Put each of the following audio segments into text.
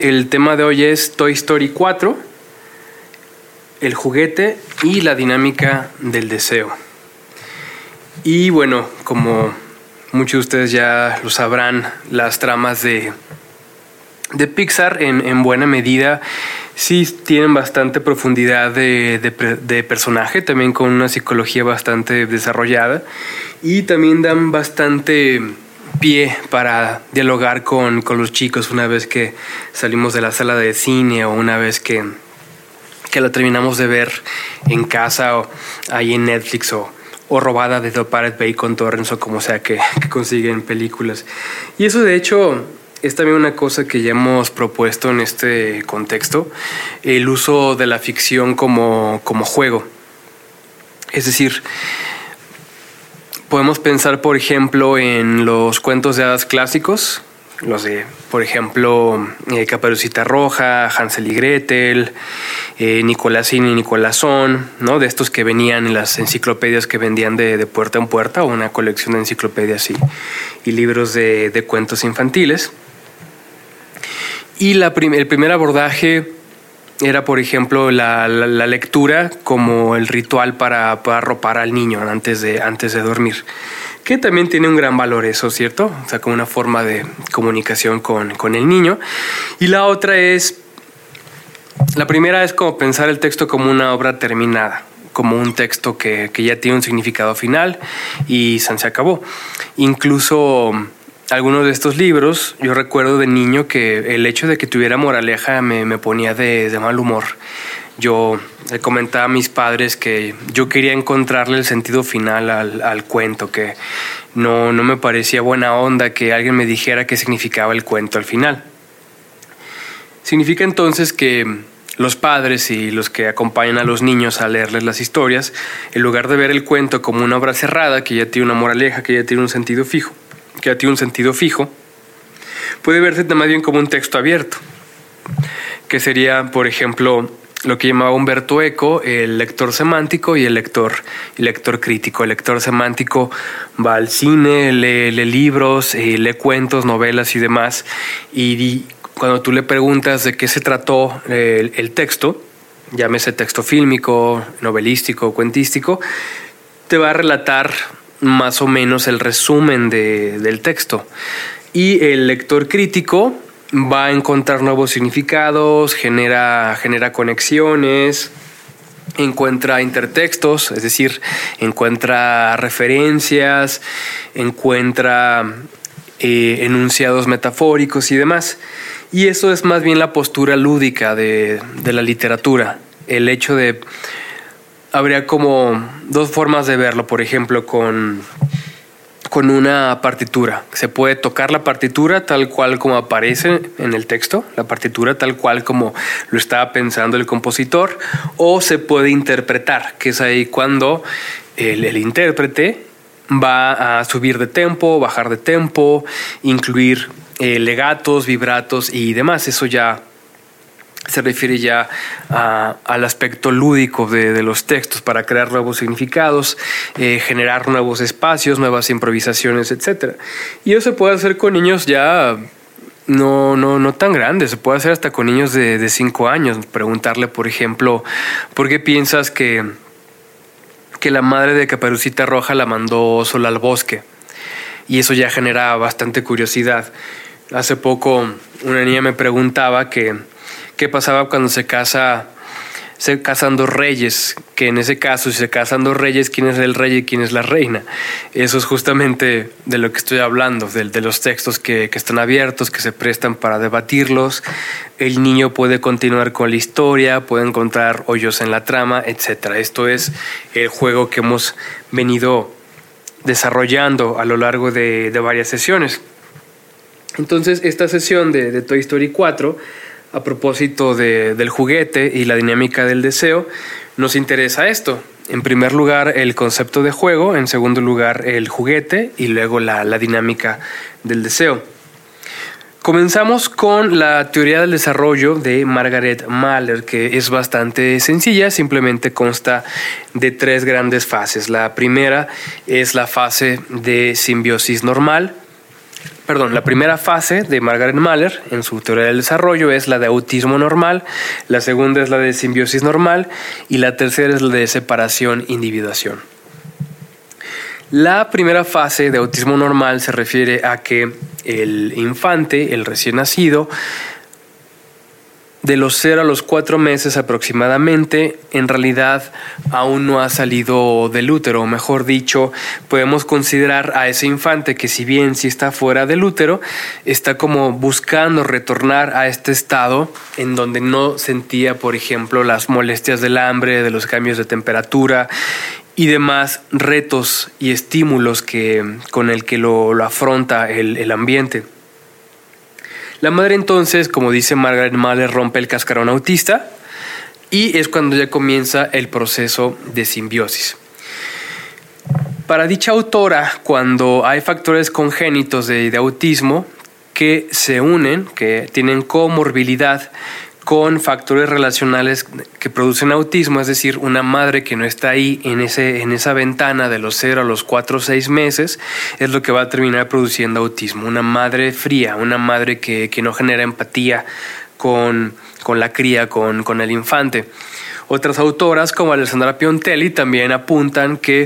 El tema de hoy es Toy Story 4, el juguete y la dinámica del deseo. Y bueno, como muchos de ustedes ya lo sabrán, las tramas de Pixar en buena medida sí tienen bastante profundidad de personaje, también con una psicología bastante desarrollada, y también dan bastante pie para dialogar con los chicos una vez que salimos de la sala de cine o una vez que la terminamos de ver en casa o ahí en Netflix o robada de The Pirate Bay con torrents o como sea que consiguen películas. Y eso de hecho es también una cosa que ya hemos propuesto en este contexto, el uso de la ficción como juego. Es decir, podemos pensar, por ejemplo, en los cuentos de hadas clásicos, los de, por ejemplo, Caperucita Roja, Hansel y Gretel, Nicolásín y Nicolásón, ¿no? De estos que venían en las enciclopedias que vendían de puerta en puerta, o una colección de enciclopedias y libros de cuentos infantiles. Y el primer abordaje era, por ejemplo, la lectura como el ritual para arropar al niño antes de dormir, que también tiene un gran valor eso, ¿cierto? O sea, como una forma de comunicación con el niño. Y la primera es como pensar el texto como una obra terminada, como un texto que ya tiene un significado final y se acabó. Incluso algunos de estos libros, yo recuerdo de niño que el hecho de que tuviera moraleja me ponía de mal humor. Yo le comentaba a mis padres que yo quería encontrarle el sentido final al cuento, que no me parecía buena onda que alguien me dijera qué significaba el cuento al final. Significa entonces que los padres y los que acompañan a los niños a leerles las historias, en lugar de ver el cuento como una obra cerrada, que ya tiene una moraleja, que ya tiene un sentido fijo, puede verse más bien como un texto abierto, que sería, por ejemplo, lo que llamaba Humberto Eco el lector semántico y el lector crítico. El lector semántico va al cine, lee libros, lee cuentos, novelas y demás, y cuando tú le preguntas de qué se trató el texto, llámese texto fílmico, novelístico, cuentístico, te va a relatar más o menos el resumen del texto. Y el lector crítico va a encontrar nuevos significados, genera conexiones, encuentra intertextos, es decir, encuentra referencias, encuentra enunciados metafóricos y demás. Y eso es más bien la postura lúdica de la literatura. El hecho de... Habría como dos formas de verlo, por ejemplo, con una partitura. Se puede tocar la partitura tal cual como aparece en el texto, la partitura tal cual como lo estaba pensando el compositor, o se puede interpretar, que es ahí cuando el intérprete va a subir de tempo, bajar de tempo, incluir legatos, vibratos y demás. Eso ya se refiere ya al aspecto lúdico de los textos para crear nuevos significados, generar nuevos espacios, nuevas improvisaciones, etc. Y eso se puede hacer con niños ya no tan grandes, se puede hacer hasta con niños de 5 años. Preguntarle, por ejemplo, ¿por qué piensas que la madre de Caperucita Roja la mandó sola al bosque? Y eso ya genera bastante curiosidad. Hace poco una niña me preguntaba qué pasaba cuando se casan dos reyes, que en ese caso, si se casan dos reyes, ¿quién es el rey y quién es la reina? Eso es justamente de lo que estoy hablando, de los textos que están abiertos, que se prestan para debatirlos. El niño puede continuar con la historia, puede encontrar hoyos en la trama, etc. Esto es el juego que hemos venido desarrollando a lo largo de varias sesiones. Entonces, esta sesión de Toy Story 4, a propósito del juguete y la dinámica del deseo, nos interesa esto. En primer lugar, el concepto de juego, en segundo lugar, el juguete y luego la dinámica del deseo. Comenzamos con la teoría del desarrollo de Margaret Mahler, que es bastante sencilla, simplemente consta de 3 grandes fases. La primera es la fase de simbiosis normal, La primera fase de Margaret Mahler en su teoría del desarrollo es la de autismo normal, la segunda es la de simbiosis normal y la tercera es la de separación-individuación. La primera fase de autismo normal se refiere a que el infante, el recién nacido, de los 0 a los 4 meses aproximadamente, en realidad aún no ha salido del útero, o mejor dicho, podemos considerar a ese infante que, si bien sí está fuera del útero, está como buscando retornar a este estado en donde no sentía, por ejemplo, las molestias del hambre, de los cambios de temperatura y demás retos y estímulos con el que lo afronta el ambiente. La madre entonces, como dice Margaret Mahler, rompe el cascarón autista y es cuando ya comienza el proceso de simbiosis. Para dicha autora, cuando hay factores congénitos de autismo que se unen, que tienen comorbilidad con factores relacionales que producen autismo, es decir, una madre que no está ahí en esa ventana de los 0 a los 4 o 6 meses, es lo que va a terminar produciendo autismo. Una madre fría, una madre que no genera empatía con la cría, con el infante. Otras autoras, como Alessandra Piontelli, también apuntan que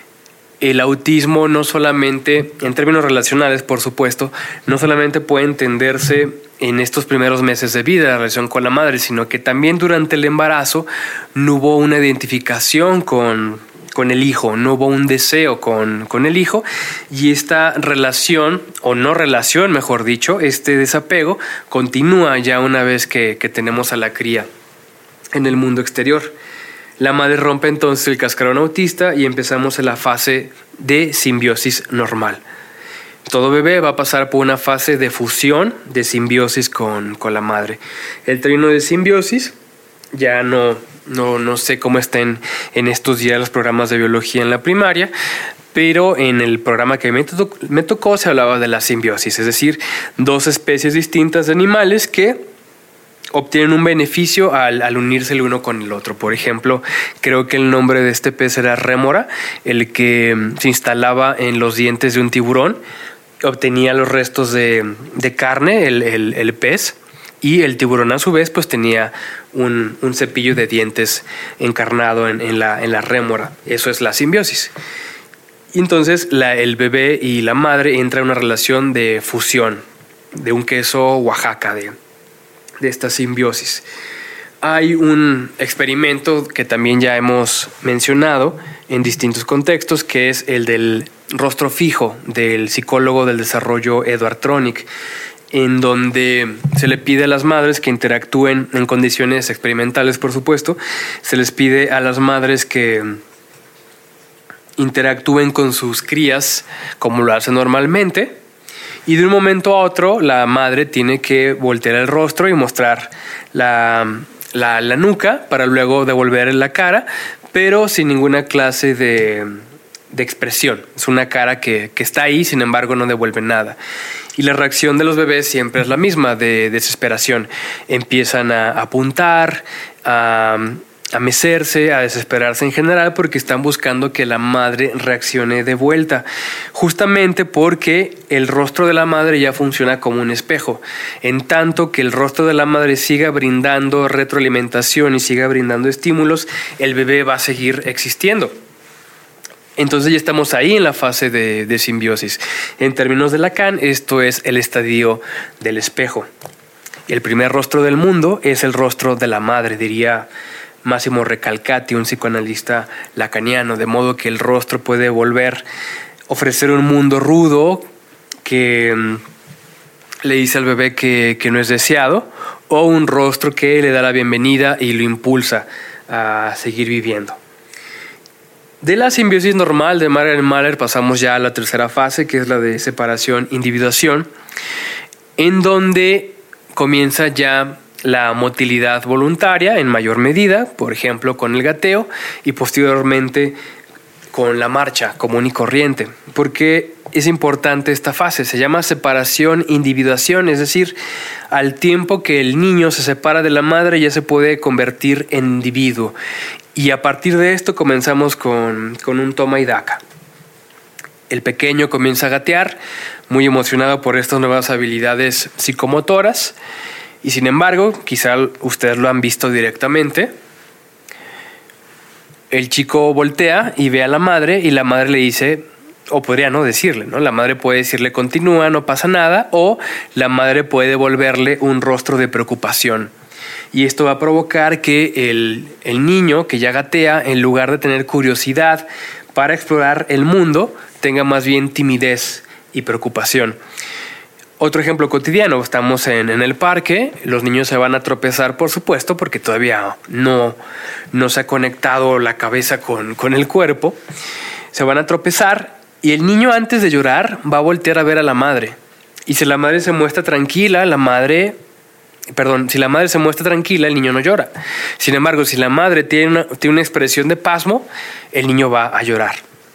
el autismo no solamente, en términos relacionales, por supuesto, no solamente puede entenderse en estos primeros meses de vida, la relación con la madre, sino que también durante el embarazo no hubo una identificación con el hijo, no hubo un deseo con el hijo, y esta relación, o no relación, mejor dicho, este desapego, continúa ya una vez que tenemos a la cría en el mundo exterior. La madre rompe entonces el cascarón autista y empezamos en la fase de simbiosis normal. Todo bebé va a pasar por una fase de fusión, de simbiosis con la madre. El término de simbiosis, ya no sé cómo estén en estos días los programas de biología en la primaria, pero en el programa que me tocó se hablaba de la simbiosis, es decir, dos especies distintas de animales que obtienen un beneficio al unirse el uno con el otro. Por ejemplo, creo que el nombre de este pez era rémora, el que se instalaba en los dientes de un tiburón, obtenía los restos de carne, el pez, y el tiburón a su vez pues tenía un cepillo de dientes encarnado en la rémora. Eso es la simbiosis. Y entonces el bebé y la madre entran en una relación de fusión, de un queso Oaxaca, de esta simbiosis. Hay un experimento que también ya hemos mencionado en distintos contextos, que es el del rostro fijo del psicólogo del desarrollo Edward Tronick, en donde se le pide a las madres que interactúen en condiciones experimentales, por supuesto. Se les pide a las madres que interactúen con sus crías como lo hacen normalmente, y de un momento a otro la madre tiene que voltear el rostro y mostrar la nuca para luego devolver la cara, pero sin ninguna clase de expresión. Es una cara que está ahí, sin embargo no devuelve nada. Y la reacción de los bebés siempre es la misma, de desesperación. Empiezan a apuntar, a mecerse, a desesperarse en general, porque están buscando que la madre reaccione de vuelta, justamente porque el rostro de la madre ya funciona como un espejo. En tanto que el rostro de la madre siga brindando retroalimentación y siga brindando estímulos, el bebé va a seguir existiendo. Entonces ya estamos ahí en la fase de simbiosis. En términos de Lacan, esto es el estadio del espejo. El primer rostro del mundo es el rostro de la madre, diría Massimo Recalcati, un psicoanalista lacaniano, de modo que el rostro puede ofrecer un mundo rudo que le dice al bebé que no es deseado, o un rostro que le da la bienvenida y lo impulsa a seguir viviendo. De la simbiosis normal de Margaret Mahler pasamos ya a la tercera fase, que es la de separación-individuación, en donde comienza ya la motilidad voluntaria en mayor medida, por ejemplo con el gateo, y posteriormente con la marcha común y corriente. ¿Por qué es importante esta fase? Se llama separación-individuación, es decir, al tiempo que el niño se separa de la madre ya se puede convertir en individuo. Y a partir de esto comenzamos con un toma y daca. El pequeño comienza a gatear, muy emocionado por estas nuevas habilidades psicomotoras. Y sin embargo, quizá ustedes lo han visto directamente. El chico voltea y ve a la madre y la madre le dice, o podría no decirle, ¿no? La madre puede decirle continúa, no pasa nada, o la madre puede devolverle un rostro de preocupación. Y esto va a provocar que el niño que ya gatea, en lugar de tener curiosidad para explorar el mundo, tenga más bien timidez y preocupación. Otro ejemplo cotidiano, estamos en el parque, los niños se van a tropezar, por supuesto, porque todavía no se ha conectado la cabeza con el cuerpo. Se van a tropezar y el niño, antes de llorar, va a voltear a ver a la madre. Y si la madre se muestra tranquila, si la madre se muestra tranquila, el niño no llora. Sin embargo, si la madre tiene una expresión de pasmo, el niño va a llorar.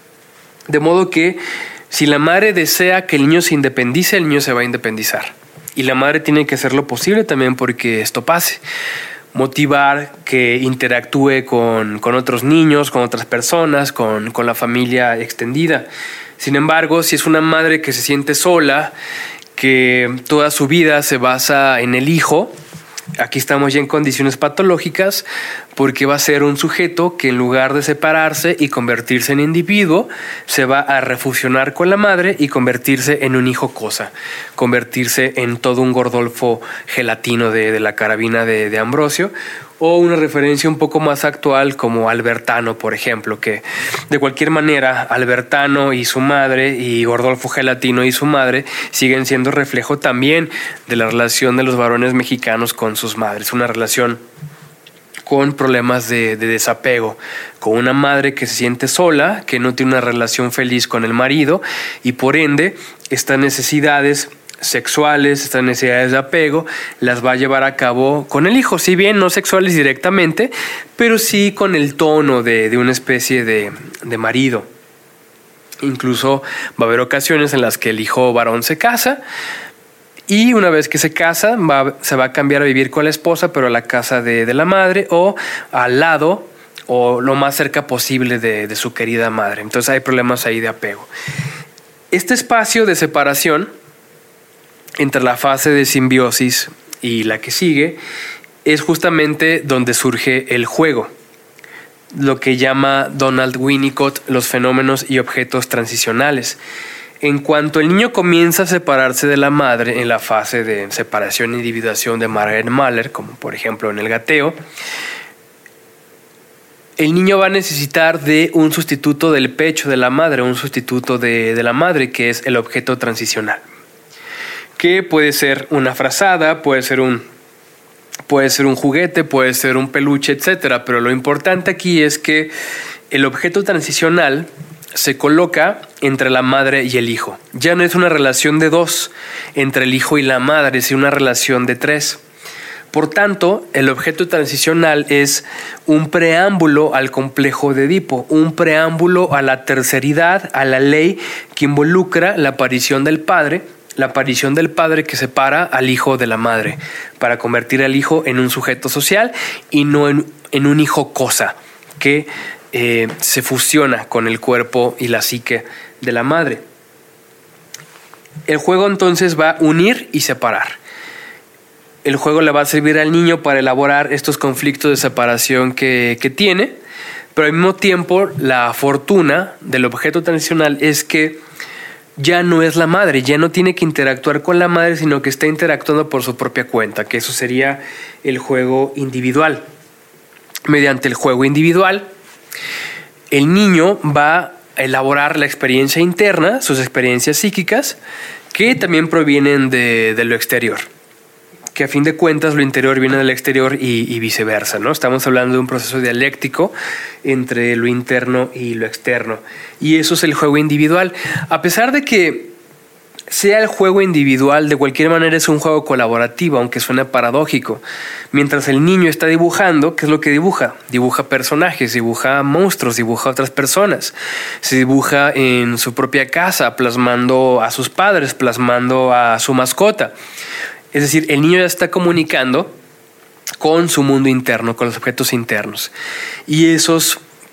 De modo que si la madre desea que el niño se independice, el niño se va a independizar. Y la madre tiene que hacer lo posible también porque esto pase. Motivar que interactúe con otros niños, con otras personas, con la familia extendida. Sin embargo, si es una madre que se siente sola, que toda su vida se basa en el hijo, aquí estamos ya en condiciones patológicas, porque va a ser un sujeto que en lugar de separarse y convertirse en individuo, se va a refusionar con la madre y convertirse en un hijo cosa, convertirse en todo un Gordolfo gelatino de la carabina de Ambrosio, o una referencia un poco más actual como Albertano, por ejemplo, que de cualquier manera Albertano y su madre y Gordolfo Gelatino y su madre siguen siendo reflejo también de la relación de los varones mexicanos con sus madres, una relación con problemas de desapego, con una madre que se siente sola, que no tiene una relación feliz con el marido y por ende estas necesidades sexuales, estas necesidades de apego, las va a llevar a cabo con el hijo, si bien no sexuales directamente, pero sí con el tono de una especie de marido. Incluso va a haber ocasiones en las que el hijo varón se casa y una vez que se casa se va a cambiar a vivir con la esposa, pero a la casa de la madre o al lado o lo más cerca posible de su querida madre. Entonces hay problemas ahí de apego. Este espacio de separación entre la fase de simbiosis y la que sigue es justamente donde surge el juego, lo que llama Donald Winnicott los fenómenos y objetos transicionales. En cuanto el niño comienza a separarse de la madre en la fase de separación e individuación de Margaret Mahler, como por ejemplo en el gateo, el niño va a necesitar de un sustituto del pecho de la madre, un sustituto de la madre, que es el objeto transicional, que puede ser una frazada, puede ser un juguete, puede ser un peluche, etcétera. Pero lo importante aquí es que el objeto transicional se coloca entre la madre y el hijo. Ya no es una relación de dos entre el hijo y la madre, sino una relación de tres. Por tanto, el objeto transicional es un preámbulo al complejo de Edipo, un preámbulo a la terceridad, a la ley que involucra la aparición del padre que separa al hijo de la madre, para convertir al hijo en un sujeto social y no en un hijo cosa que se fusiona con el cuerpo y la psique de la madre. El juego entonces va a unir y separar. El juego le va a servir al niño para elaborar estos conflictos de separación que tiene, pero al mismo tiempo la fortuna del objeto transicional es que ya no es la madre, ya no tiene que interactuar con la madre, sino que está interactuando por su propia cuenta, que eso sería el juego individual. Mediante el juego individual, el niño va a elaborar la experiencia interna, sus experiencias psíquicas, que también provienen de lo exterior, que a fin de cuentas lo interior viene del exterior y viceversa, ¿no? Estamos hablando de un proceso dialéctico entre lo interno y lo externo. Y eso es el juego individual. A pesar de que sea el juego individual, de cualquier manera es un juego colaborativo, aunque suene paradójico. Mientras el niño está dibujando, ¿qué es lo que dibuja? Dibuja personajes, dibuja monstruos, dibuja a otras personas. Se dibuja en su propia casa, plasmando a sus padres, plasmando a su mascota. Es decir, el niño ya está comunicando con su mundo interno, con los objetos internos. Y esos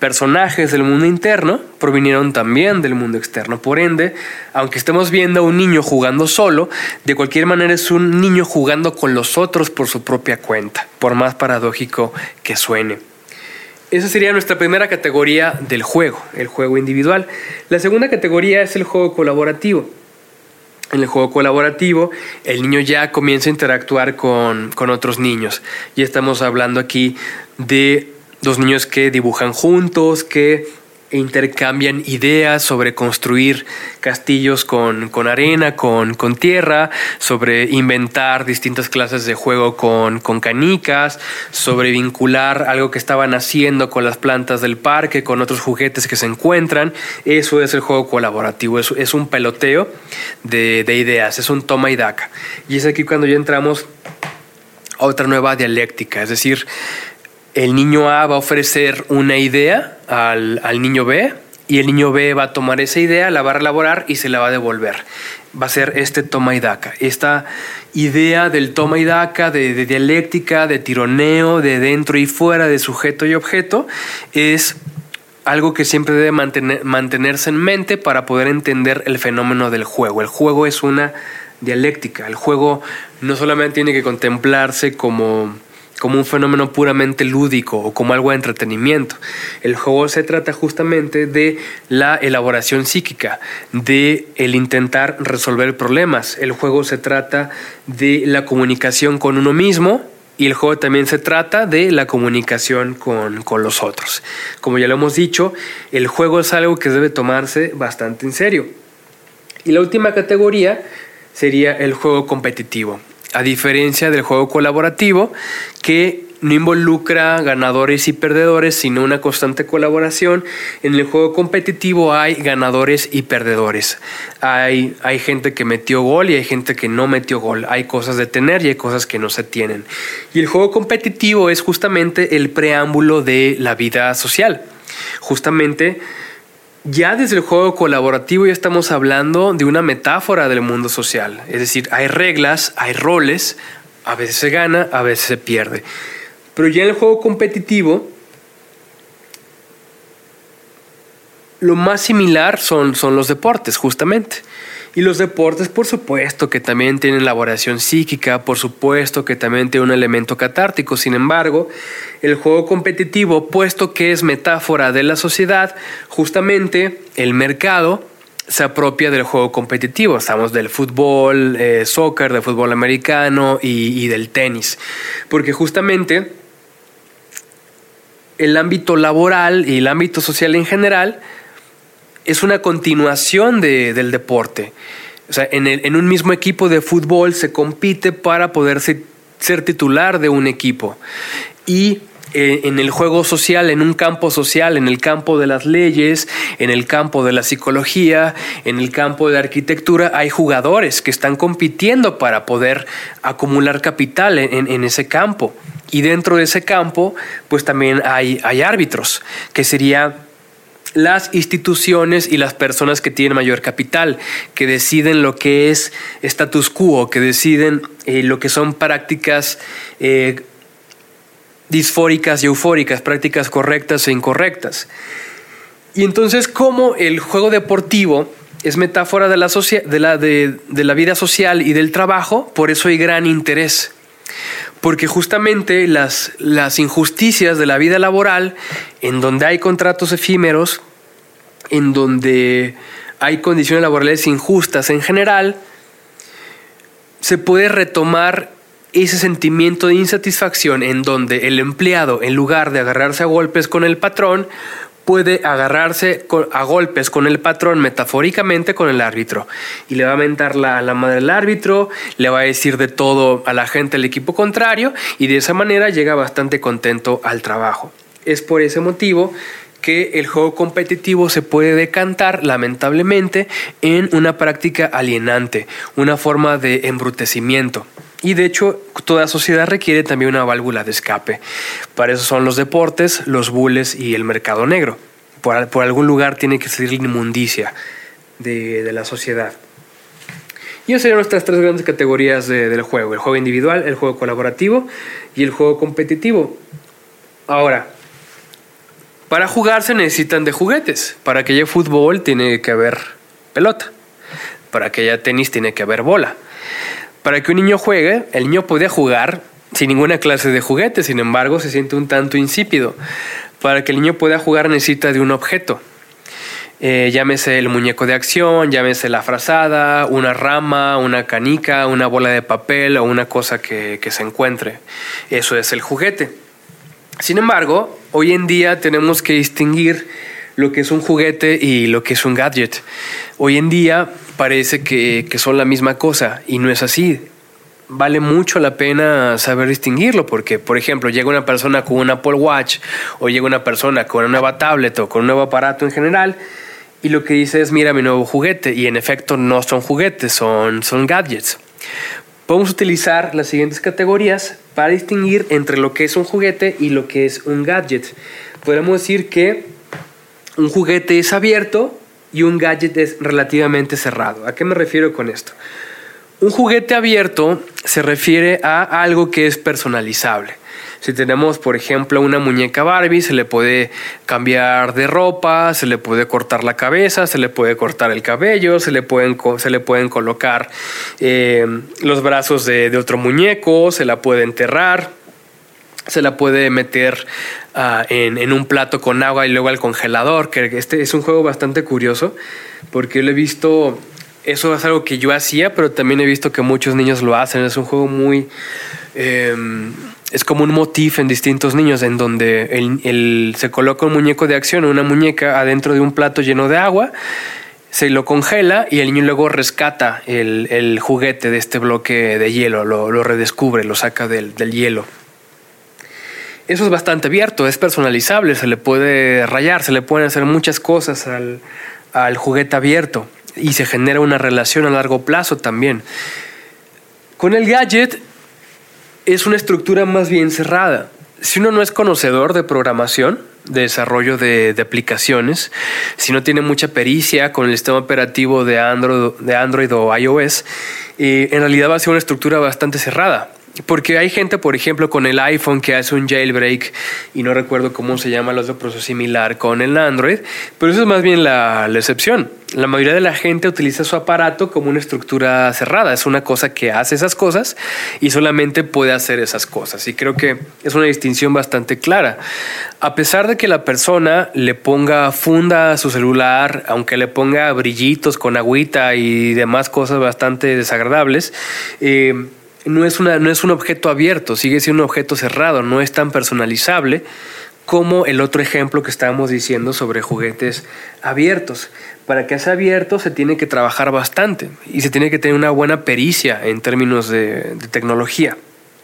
personajes del mundo interno provinieron también del mundo externo. Por ende, aunque estemos viendo a un niño jugando solo, de cualquier manera es un niño jugando con los otros por su propia cuenta, por más paradójico que suene. Esa sería nuestra primera categoría del juego, el juego individual. La segunda categoría es el juego colaborativo. En el juego colaborativo, el niño ya comienza a interactuar con otros niños. Y estamos hablando aquí de dos niños que dibujan juntos, que intercambian ideas sobre construir castillos con arena, con tierra, sobre inventar distintas clases de juego con canicas, sobre vincular algo que estaban haciendo con las plantas del parque, con otros juguetes que se encuentran. Eso es el juego colaborativo, es un peloteo de ideas, es un toma y daca. Y es aquí cuando ya entramos a otra nueva dialéctica, es decir, el niño A va a ofrecer una idea al niño B y el niño B va a tomar esa idea, la va a elaborar y se la va a devolver. Va a ser este toma y daca. Esta idea del toma y daca, de dialéctica, de tironeo, de dentro y fuera, de sujeto y objeto, es algo que siempre debe mantenerse en mente para poder entender el fenómeno del juego. El juego es una dialéctica. El juego no solamente tiene que contemplarse como un fenómeno puramente lúdico o como algo de entretenimiento. El juego se trata justamente de la elaboración psíquica, de el intentar resolver problemas. El juego se trata de la comunicación con uno mismo y el juego también se trata de la comunicación con los otros. Como ya lo hemos dicho, el juego es algo que debe tomarse bastante en serio. Y la última categoría sería el juego competitivo. A diferencia del juego colaborativo, que no involucra ganadores y perdedores, sino una constante colaboración, en el juego competitivo hay ganadores y perdedores. Hay gente que metió gol y hay gente que no metió gol. Hay cosas de tener y hay cosas que no se tienen. Y el juego competitivo es justamente el preámbulo de la vida social. Justamente, ya desde el juego colaborativo ya estamos hablando de una metáfora del mundo social. Es decir, hay reglas, hay roles, a veces se gana, a veces se pierde. Pero ya en el juego competitivo, lo más similar son los deportes, justamente. Y los deportes, por supuesto, que también tienen elaboración psíquica, por supuesto, que también tienen un elemento catártico. Sin embargo, el juego competitivo, puesto que es metáfora de la sociedad, justamente el mercado se apropia del juego competitivo. Estamos del fútbol, soccer, del fútbol americano y del tenis. Porque justamente el ámbito laboral y el ámbito social en general es una continuación del deporte. O sea, en un mismo equipo de fútbol se compite para poder ser titular de un equipo. Y en el juego social, en un campo social, en el campo de las leyes, en el campo de la psicología, en el campo de la arquitectura, hay jugadores que están compitiendo para poder acumular capital en ese campo. Y dentro de ese campo, pues también hay árbitros, que sería las instituciones y las personas que tienen mayor capital, que deciden lo que es status quo, que deciden lo que son prácticas disfóricas y eufóricas, prácticas correctas e incorrectas. Y entonces, como el juego deportivo es metáfora de la vida social y del trabajo, por eso hay gran interés. Porque justamente las injusticias de la vida laboral, en donde hay contratos efímeros, en donde hay condiciones laborales injustas en general, se puede retomar ese sentimiento de insatisfacción en donde el empleado, en lugar de agarrarse a golpes con el patrón, puede agarrarse a golpes con el patrón, metafóricamente con el árbitro, y le va a mentar la madre al árbitro, le va a decir de todo a la gente del equipo contrario, y de esa manera llega bastante contento al trabajo. Es por ese motivo que el juego competitivo se puede decantar, lamentablemente, en una práctica alienante, una forma de embrutecimiento. Y de hecho, toda sociedad requiere también una válvula de escape. Para eso son los deportes, los bules y el mercado negro. Por algún lugar tiene que salir la inmundicia de la sociedad. Y esas serían nuestras tres grandes categorías del juego. El juego individual, el juego colaborativo y el juego competitivo. Ahora, Para jugar se necesitan de juguetes. Para que haya fútbol tiene que haber pelota. Para que haya tenis tiene que haber bola. Para que un niño juegue, el niño puede jugar sin ninguna clase de juguete, sin embargo se siente un tanto insípido. Para que el niño pueda jugar necesita de un objeto. Llámese el muñeco de acción, llámese la frazada, una rama, una canica, una bola de papel o una cosa que se encuentre. Eso es el juguete. Sin embargo, hoy en día tenemos que distinguir lo que es un juguete y lo que es un gadget. Hoy en día parece que son la misma cosa y no es así. Vale mucho la pena saber distinguirlo porque, por ejemplo, llega una persona con un Apple Watch o llega una persona con una nueva tablet o con un nuevo aparato en general y lo que dice es mira mi nuevo juguete y en efecto no son juguetes, son gadgets. Podemos utilizar las siguientes categorías para distinguir entre lo que es un juguete y lo que es un gadget. Podemos decir que un juguete es abierto y un gadget es relativamente cerrado. ¿A qué me refiero con esto? Un juguete abierto se refiere a algo que es personalizable. Si tenemos, por ejemplo, una muñeca Barbie, se le puede cambiar de ropa, se le puede cortar la cabeza, se le puede cortar el cabello, se le pueden colocar los brazos de otro muñeco, se la puede enterrar, se la puede meter en un plato con agua y luego al congelador, que este es un juego bastante curioso porque yo lo he visto. Eso es algo que yo hacía, pero también he visto que muchos niños lo hacen. Es un juego muy... es como un motif en distintos niños en donde se coloca un muñeco de acción o una muñeca adentro de un plato lleno de agua, se lo congela y el niño luego rescata el juguete de este bloque de hielo, lo redescubre, lo saca del hielo. Eso es bastante abierto, es personalizable, se le puede rayar, se le pueden hacer muchas cosas al juguete abierto. Y se genera una relación a largo plazo también. Con el gadget es una estructura más bien cerrada. Si uno no es conocedor de programación, de desarrollo de aplicaciones, si no tiene mucha pericia con el sistema operativo de Android o iOS, en realidad va a ser una estructura bastante cerrada. Porque hay gente, por ejemplo, con el iPhone que hace un jailbreak y no recuerdo cómo se llama el otro proceso similar con el Android, pero eso es más bien la excepción. La mayoría de la gente utiliza su aparato como una estructura cerrada. Es una cosa que hace esas cosas y solamente puede hacer esas cosas. Y creo que es una distinción bastante clara. A pesar de que la persona le ponga funda a su celular, aunque le ponga brillitos con agüita y demás cosas bastante desagradables, no es un objeto abierto, sigue siendo un objeto cerrado, no es tan personalizable como el otro ejemplo que estábamos diciendo sobre juguetes abiertos. Para que sea abierto se tiene que trabajar bastante y se tiene que tener una buena pericia en términos de tecnología.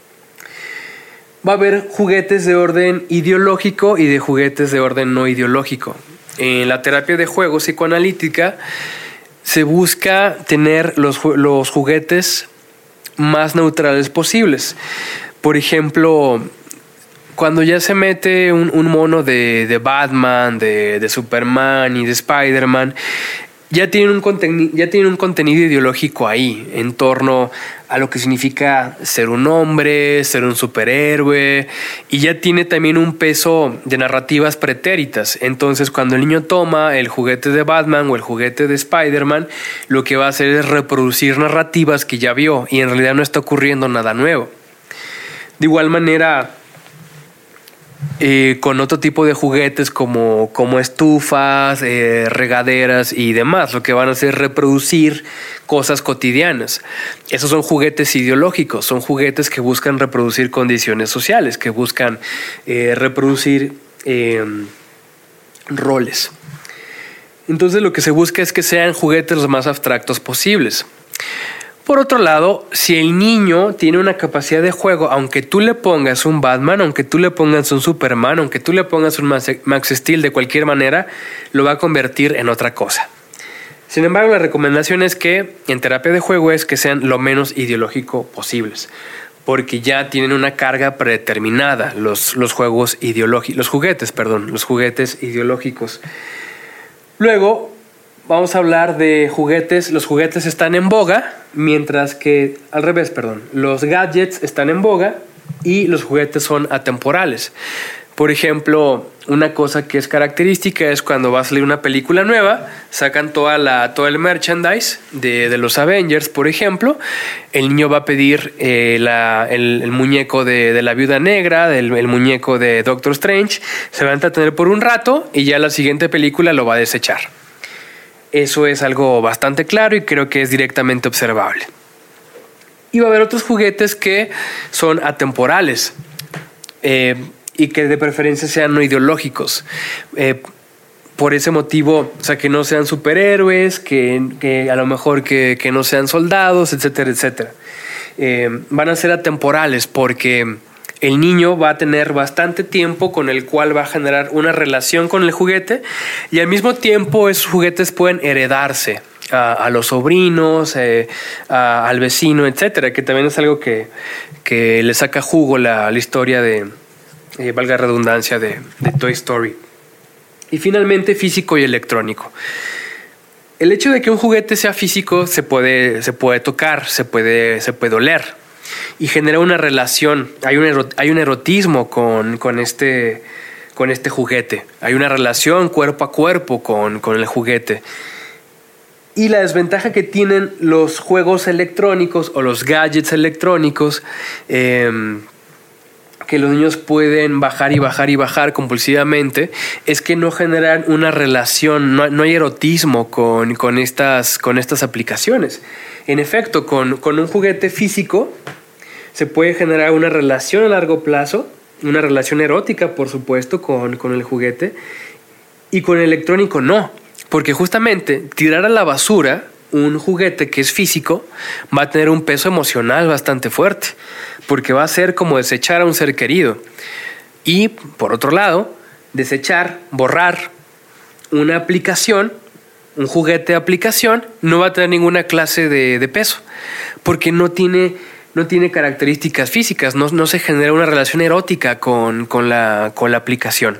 Va a haber juguetes de orden ideológico y de juguetes de orden no ideológico. En la terapia de juego psicoanalítica se busca tener los juguetes más neutrales posibles. Por ejemplo, cuando ya se mete un mono de Batman, de Superman y de Spider-Man, ya tienen un contenido ideológico ahí en torno a lo que significa ser un hombre, ser un superhéroe, y ya tiene también un peso de narrativas pretéritas. Entonces, cuando el niño toma el juguete de Batman o el juguete de Spider-Man, lo que va a hacer es reproducir narrativas que ya vio y en realidad no está ocurriendo nada nuevo. De igual manera, con otro tipo de juguetes como estufas, regaderas y demás, lo que van a hacer es reproducir cosas cotidianas. Esos son juguetes ideológicos, son juguetes que buscan reproducir condiciones sociales, que buscan reproducir roles. Entonces lo que se busca es que sean juguetes los más abstractos posibles. Por otro lado, si el niño tiene una capacidad de juego, aunque tú le pongas un Batman, aunque tú le pongas un Superman, aunque tú le pongas un Max Steel, de cualquier manera, lo va a convertir en otra cosa. Sin embargo, la recomendación es que en terapia de juego es que sean lo menos ideológico posibles, porque ya tienen una carga predeterminada los juguetes ideológicos. Luego vamos a hablar de juguetes. Los juguetes están en boga, mientras que, los gadgets están en boga, y los juguetes son atemporales. Por ejemplo, una cosa que es característica es cuando va a salir una película nueva, sacan todo el merchandise de los Avengers, por ejemplo. El niño va a pedir el muñeco de la Viuda Negra, el muñeco de Doctor Strange, se va a entretener por un rato y ya la siguiente película lo va a desechar. Eso es algo bastante claro y creo que es directamente observable. Y va a haber otros juguetes que son atemporales. Y que de preferencia sean no ideológicos. Por ese motivo, o sea, que no sean superhéroes, que a lo mejor que no sean soldados, etcétera, etcétera. Van a ser atemporales porque el niño va a tener bastante tiempo con el cual va a generar una relación con el juguete y al mismo tiempo esos juguetes pueden heredarse a los sobrinos, al vecino, etcétera, que también es algo que le saca jugo la historia de valga redundancia, de Toy Story. Y finalmente, físico y electrónico. El hecho de que un juguete sea físico se puede tocar, se puede oler y genera una relación. Hay un erotismo con este juguete. Hay una relación cuerpo a cuerpo con el juguete. Y la desventaja que tienen los juegos electrónicos o los gadgets electrónicos, que los niños pueden bajar y bajar y bajar compulsivamente, es que no generan una relación, no hay erotismo con estas aplicaciones. En efecto, con un juguete físico se puede generar una relación a largo plazo, una relación erótica, por supuesto, con el juguete, y con el electrónico no, porque justamente tirar a la basura un juguete que es físico va a tener un peso emocional bastante fuerte, porque va a ser como desechar a un ser querido. Y por otro lado, borrar una aplicación, un juguete de aplicación, no va a tener ninguna clase de peso, porque no tiene características físicas, no se genera una relación erótica con la aplicación.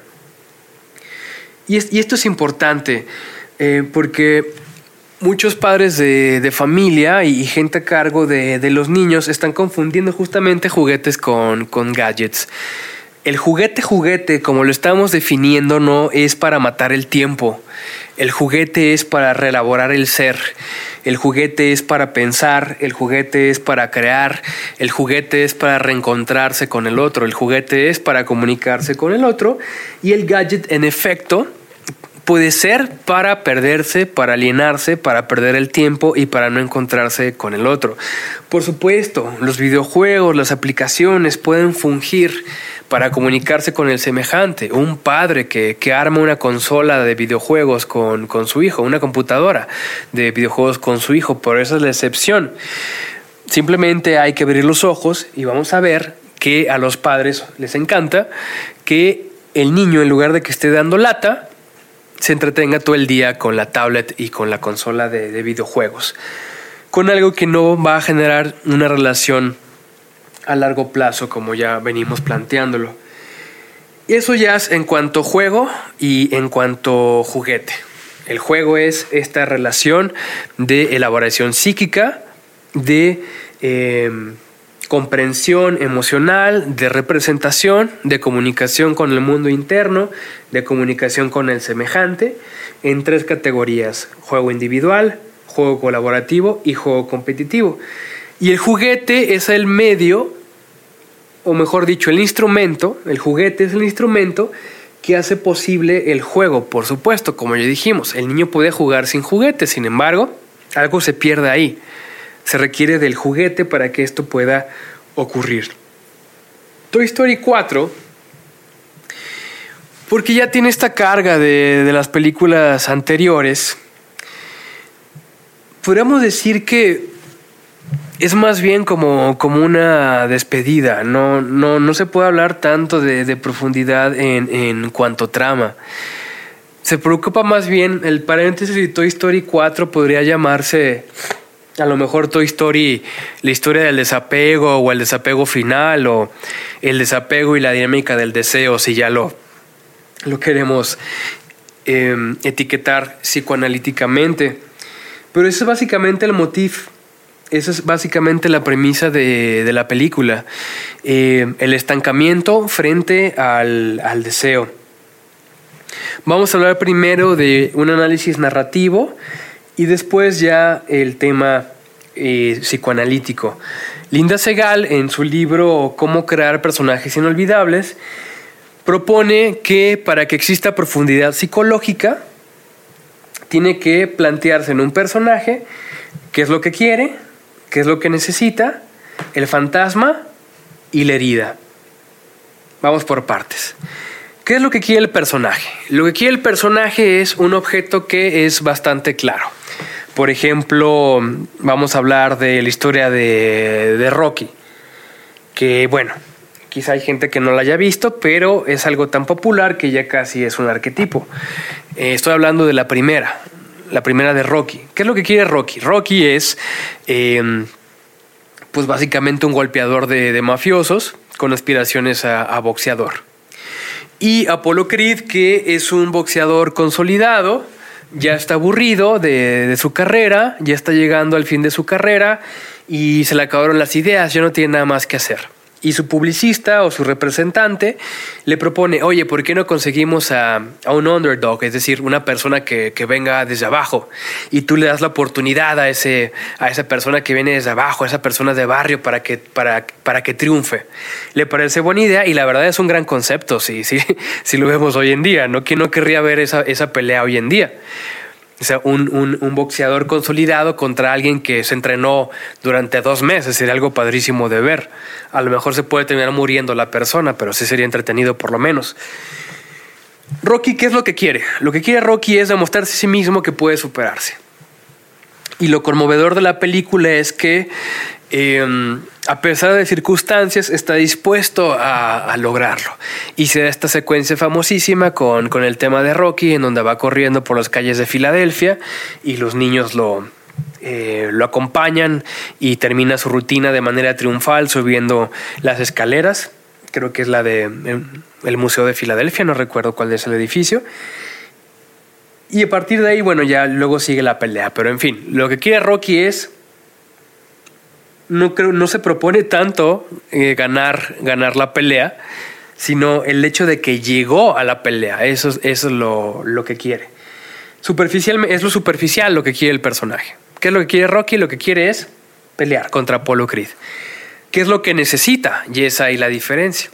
Y esto es importante, porque muchos padres de familia y gente a cargo de los niños están confundiendo justamente juguetes con gadgets. El juguete, como lo estamos definiendo, no es para matar el tiempo. El juguete es para reelaborar el ser. El juguete es para pensar. El juguete es para crear. El juguete es para reencontrarse con el otro. El juguete es para comunicarse con el otro. Y el gadget, en efecto, puede ser para perderse, para alienarse, para perder el tiempo y para no encontrarse con el otro. Por supuesto, los videojuegos, las aplicaciones pueden fungir para comunicarse con el semejante. Un padre que arma una consola de videojuegos con su hijo, una computadora de videojuegos con su hijo, pero esa es la excepción. Simplemente hay que abrir los ojos y vamos a ver que a los padres les encanta que el niño, en lugar de que esté dando lata, se entretenga todo el día con la tablet y con la consola de videojuegos, con algo que no va a generar una relación a largo plazo, como ya venimos planteándolo. Eso ya es en cuanto juego y en cuanto juguete. El juego es esta relación de elaboración psíquica, de comprensión emocional, de representación, de comunicación con el mundo interno, de comunicación con el semejante, en 3 categorías: juego individual, juego colaborativo y juego competitivo. Y el juguete es el medio, o mejor dicho, el instrumento. El juguete es el instrumento que hace posible el juego. Por supuesto, como ya dijimos, el niño puede jugar sin juguete, sin embargo, algo se pierde ahí. Se requiere del juguete para que esto pueda ocurrir. Toy Story 4, porque ya tiene esta carga de las películas anteriores, podríamos decir que es más bien como una despedida. No se puede hablar tanto de profundidad en cuanto trama. Se preocupa más bien, el paréntesis de Toy Story 4 podría llamarse a lo mejor Toy Story, la historia del desapego o el desapego final, o el desapego y la dinámica del deseo, si ya lo queremos etiquetar psicoanalíticamente. Pero ese es básicamente el motif Esa es básicamente la premisa de la película. El estancamiento frente al deseo. Vamos a hablar primero de un análisis narrativo y después ya el tema psicoanalítico. Linda Segal, en su libro Cómo crear personajes inolvidables, propone que para que exista profundidad psicológica, tiene que plantearse en un personaje qué es lo que quiere, qué es lo que necesita, el fantasma y la herida. Vamos por partes. ¿Qué es lo que quiere el personaje? Lo que quiere el personaje es un objeto que es bastante claro. Por ejemplo, vamos a hablar de la historia de Rocky, que bueno, quizá hay gente que no la haya visto, pero es algo tan popular que ya casi es un arquetipo. Estoy hablando de la primera de Rocky. ¿Qué es lo que quiere Rocky? Rocky es, pues básicamente un golpeador de mafiosos con aspiraciones a boxeador. Y Apollo Creed, que es un boxeador consolidado, ya está aburrido de su carrera, ya está llegando al fin de su carrera y se le acabaron las ideas, ya no tiene nada más que hacer. Y su publicista o su representante le propone, oye, ¿por qué no conseguimos a un underdog? Es decir, una persona que venga desde abajo. Y tú le das la oportunidad a esa persona que viene desde abajo, a esa persona de barrio para que triunfe. Le parece buena idea y la verdad es un gran concepto, si lo vemos hoy en día, ¿no? ¿Quién no querría ver esa pelea hoy en día? O sea, un boxeador consolidado contra alguien que se entrenó durante 2 meses. Sería algo padrísimo de ver. A lo mejor se puede terminar muriendo la persona, pero sí sería entretenido por lo menos. Rocky, ¿qué es lo que quiere? Lo que quiere Rocky es demostrarse a sí mismo que puede superarse. Y lo conmovedor de la película es que, a pesar de circunstancias, está dispuesto a lograrlo. Y se da esta secuencia famosísima con el tema de Rocky, en donde va corriendo por las calles de Filadelfia y los niños lo acompañan y termina su rutina de manera triunfal subiendo las escaleras. Creo que es la de el Museo de Filadelfia, no recuerdo cuál es el edificio. Y a partir de ahí, bueno, ya luego sigue la pelea. Pero en fin, lo que quiere Rocky es... No se propone tanto ganar la pelea, sino el hecho de que llegó a la pelea. Eso es lo que quiere. Es lo superficial lo que quiere el personaje. ¿Qué es lo que quiere Rocky? Lo que quiere es pelear contra Apollo Creed. ¿Qué es lo que necesita? Y es ahí la diferencia.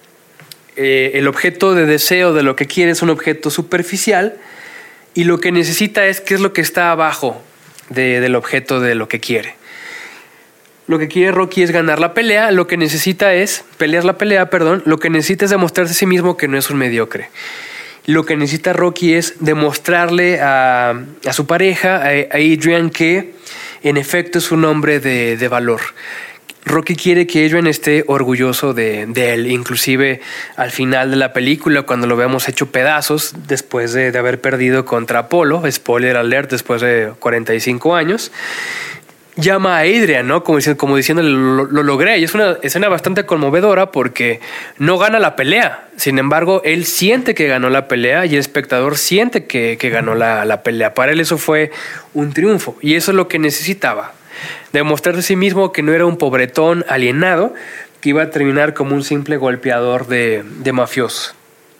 El objeto de deseo de lo que quiere es un objeto superficial y lo que necesita es qué es lo que está abajo del objeto de lo que quiere. Lo que quiere Rocky es ganar la pelea, lo que necesita es pelear la pelea, lo que necesita es demostrarse a sí mismo que no es un mediocre. Lo que necesita Rocky es demostrarle a su pareja, a Adrian, que en efecto es un hombre de valor. Rocky quiere que Adrian esté orgulloso de él, inclusive al final de la película, cuando lo vemos hecho pedazos después de haber perdido contra Apolo, spoiler alert, después de 45 años, llama a Adrian, ¿no? Como diciendo lo logré. Y es una escena bastante conmovedora porque no gana la pelea. Sin embargo, él siente que ganó la pelea y el espectador siente que ganó la pelea. Para él eso fue un triunfo y eso es lo que necesitaba. Demostrarse a sí mismo que no era un pobretón alienado que iba a terminar como un simple golpeador de mafiosos.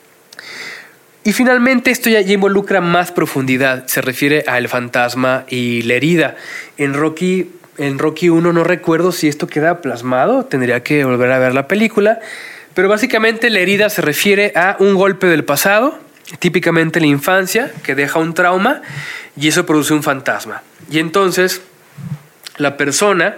Y finalmente esto ya involucra más profundidad. Se refiere al fantasma y la herida. En Rocky 1 no recuerdo si esto queda plasmado. Tendría que volver a ver la película. Pero básicamente la herida se refiere a un golpe del pasado, típicamente la infancia, que deja un trauma y eso produce un fantasma. Y entonces la persona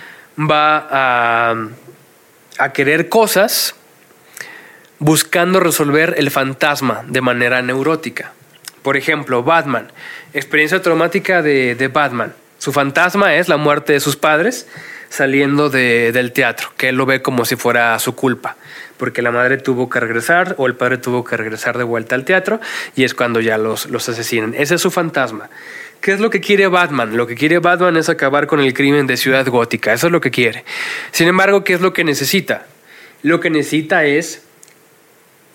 va a querer cosas buscando resolver el fantasma de manera neurótica. Por ejemplo, Batman, experiencia traumática de Batman. Su fantasma es la muerte de sus padres saliendo del teatro, que él lo ve como si fuera su culpa, porque la madre tuvo que regresar o el padre tuvo que regresar de vuelta al teatro y es cuando ya los asesinan. Ese es su fantasma. ¿Qué es lo que quiere Batman? Lo que quiere Batman es acabar con el crimen de Ciudad Gótica. Eso es lo que quiere. Sin embargo, ¿qué es lo que necesita? Lo que necesita es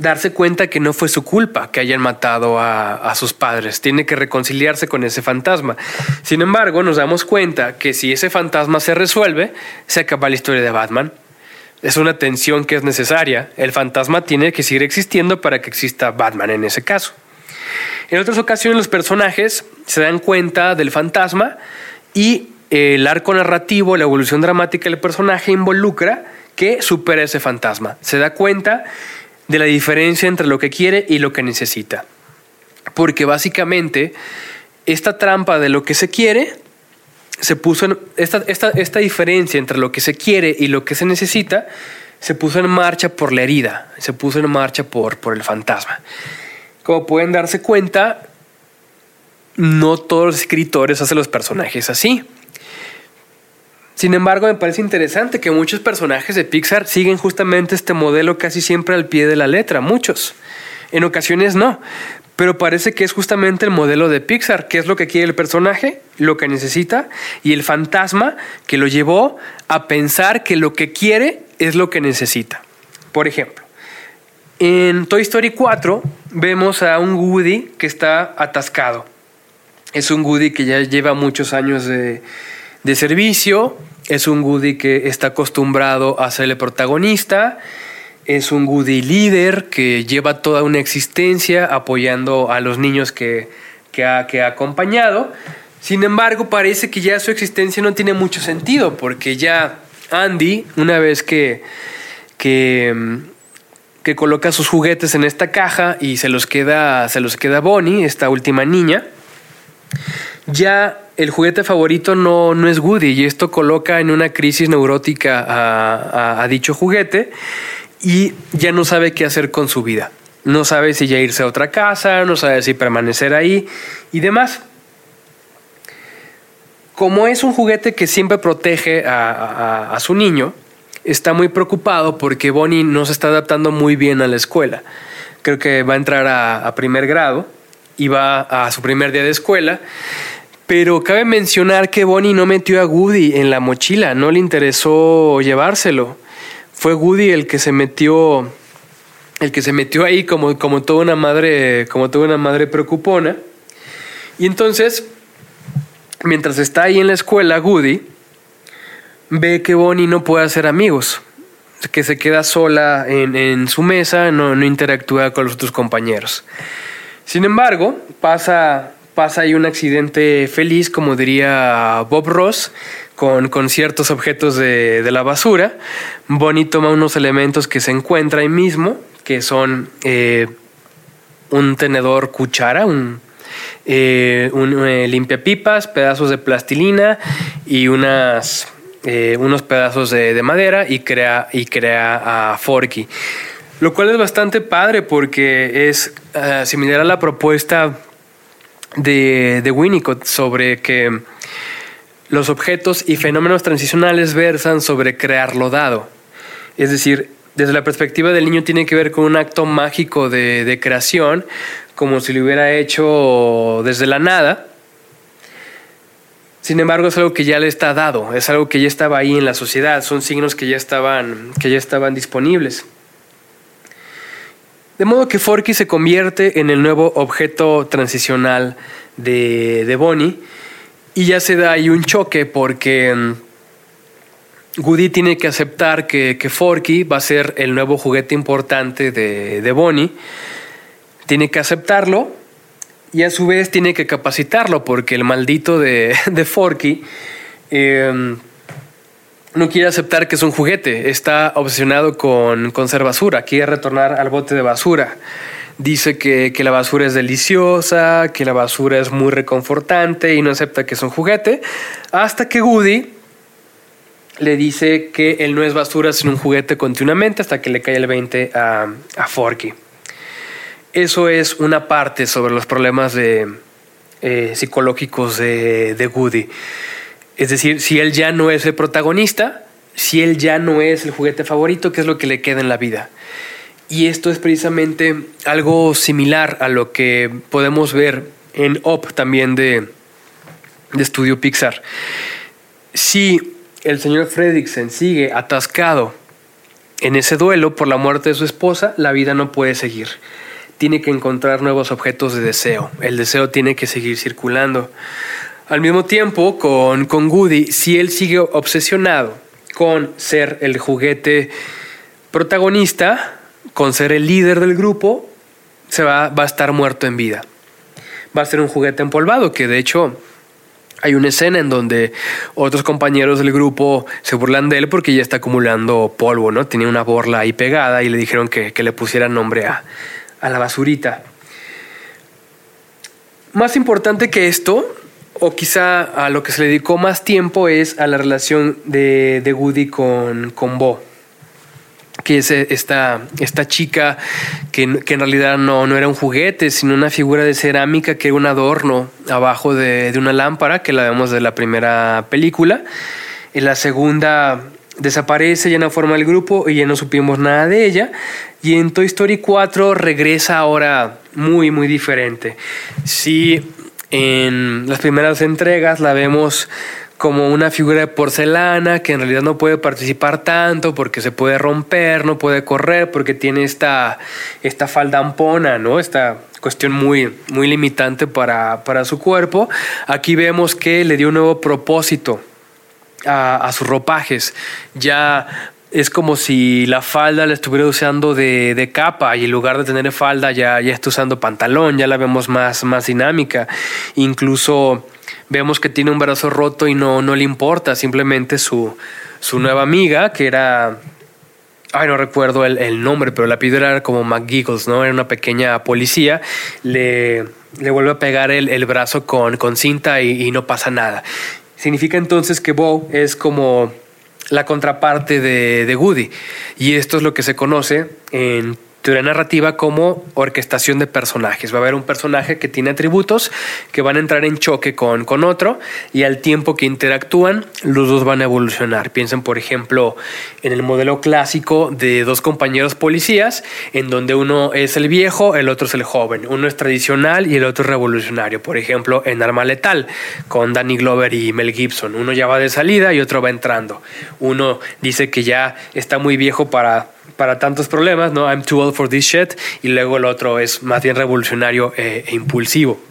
darse cuenta que no fue su culpa que hayan matado a sus padres. Tiene que reconciliarse con ese fantasma. Sin embargo, nos damos cuenta que si ese fantasma se resuelve, se acaba la historia de Batman. Es una tensión que es necesaria. El fantasma tiene que seguir existiendo para que exista Batman en ese caso. En otras ocasiones los personajes se dan cuenta del fantasma y el arco narrativo, la evolución dramática del personaje involucra que supera ese fantasma. Se da cuenta de la diferencia entre lo que quiere y lo que necesita. Porque básicamente esta trampa de lo que se quiere se puso en esta diferencia entre lo que se quiere y lo que se necesita se puso en marcha por la herida, se puso en marcha por el fantasma. Como pueden darse cuenta, no todos los escritores hacen los personajes así. Sin embargo, me parece interesante que muchos personajes de Pixar siguen justamente este modelo casi siempre al pie de la letra. Muchos. En ocasiones no. Pero parece que es justamente el modelo de Pixar. ¿Qué es lo que quiere el personaje? Lo que necesita. Y el fantasma que lo llevó a pensar que lo que quiere es lo que necesita. Por ejemplo, en Toy Story 4 vemos a un Woody que está atascado. Es un Woody que ya lleva muchos años de servicio. Es un Woody que está acostumbrado a ser el protagonista. Es un Woody líder que lleva toda una existencia apoyando a los niños que ha acompañado. Sin embargo, parece que ya su existencia no tiene mucho sentido, porque ya Andy, una vez que coloca sus juguetes en esta caja y se los queda Bonnie, esta última niña, ya el juguete favorito no es Woody, y esto coloca en una crisis neurótica a dicho juguete y ya no sabe qué hacer con su vida. No sabe si ya irse a otra casa, no sabe si permanecer ahí y demás. Como es un juguete que siempre protege a su niño, está muy preocupado porque Bonnie no se está adaptando muy bien a la escuela. Creo que va a entrar a primer grado y va a su primer día de escuela. Pero cabe mencionar que Bonnie no metió a Woody en la mochila, no le interesó llevárselo. Fue Woody el que se metió ahí como toda una madre preocupona. Y entonces, mientras está ahí en la escuela, Woody ve que Bonnie no puede hacer amigos, que se queda sola en su mesa, no interactúa con los otros compañeros. Sin embargo, pasa ahí un accidente feliz, como diría Bob Ross, con ciertos objetos de la basura. Bonnie toma unos elementos que se encuentra ahí mismo, que son un tenedor cuchara, un limpiapipas, pedazos de plastilina y unos pedazos de madera, y crea a Forky. Lo cual es bastante padre porque es similar a la propuesta de Winnicott sobre que los objetos y fenómenos transicionales versan sobre crear lo dado. Es decir, desde la perspectiva del niño tiene que ver con un acto mágico de creación, como si lo hubiera hecho desde la nada. Sin embargo, es algo que ya le está dado, es algo que ya estaba ahí en la sociedad, son signos que ya estaban disponibles. De modo que Forky se convierte en el nuevo objeto transicional de Bonnie, y ya se da ahí un choque porque Woody tiene que aceptar que Forky va a ser el nuevo juguete importante de Bonnie. Tiene que aceptarlo y a su vez tiene que capacitarlo, porque el maldito de Forky no quiere aceptar que es un juguete. Está obsesionado con ser basura. Quiere retornar al bote de basura. Dice que la basura es deliciosa, que la basura es muy reconfortante, y no acepta que es un juguete. Hasta que Woody le dice que él no es basura sino un juguete continuamente, hasta que le cae el 20 a Forky. Eso es una parte sobre los problemas psicológicos de Woody. Es decir, si él ya no es el protagonista, si él ya no es el juguete favorito, ¿qué es lo que le queda en la vida? Y esto es precisamente algo similar a lo que podemos ver en Up, también de Estudio Pixar. Si el señor Fredricksen sigue atascado en ese duelo por la muerte de su esposa, la vida no puede seguir. Tiene que encontrar nuevos objetos de deseo. El deseo tiene que seguir circulando. Al mismo tiempo, con Woody, si él sigue obsesionado con ser el juguete protagonista, con ser el líder del grupo, va a estar muerto en vida. Va a ser un juguete empolvado, que de hecho hay una escena en donde otros compañeros del grupo se burlan de él porque ya está acumulando polvo, ¿no? Tenía una borla ahí pegada y le dijeron que le pusiera nombre a la basurita. Más importante que esto, o quizá a lo que se le dedicó más tiempo, es a la relación de Woody con Bo, que es esta chica que en realidad no era un juguete, sino una figura de cerámica que era un adorno abajo de una lámpara, que la vemos de la primera película. En la segunda desaparece, ya no forma el grupo y ya no supimos nada de ella. Y en Toy Story 4 regresa ahora muy, muy diferente. Sí, en las primeras entregas la vemos como una figura de porcelana que en realidad no puede participar tanto porque se puede romper, no puede correr porque tiene esta falda ampona, ¿no? Esta cuestión muy, muy limitante para su cuerpo. Aquí vemos que le dio un nuevo propósito a sus ropajes. Ya es como si la falda la estuviera usando de capa y en lugar de tener falda ya está usando pantalón, ya la vemos más dinámica. Incluso vemos que tiene un brazo roto y no le importa, simplemente su nueva amiga, que era... no recuerdo el nombre, pero la apellido era como McGiggles, ¿no? Era una pequeña policía. Le vuelve a pegar el brazo con cinta y no pasa nada. Significa entonces que Bo es como la contraparte de Woody. Y esto es lo que se conoce en teoría narrativa como orquestación de personajes. Va a haber un personaje que tiene atributos que van a entrar en choque con otro, y al tiempo que interactúan, los dos van a evolucionar. Piensen, por ejemplo, en el modelo clásico de dos compañeros policías, en donde uno es el viejo, el otro es el joven. Uno es tradicional y el otro es revolucionario. Por ejemplo, en Arma Letal, con Danny Glover y Mel Gibson. Uno ya va de salida y otro va entrando. Uno dice que ya está muy viejo para tantos problemas, ¿no? I'm too old for this shit. Y luego el otro es más bien revolucionario e impulsivo.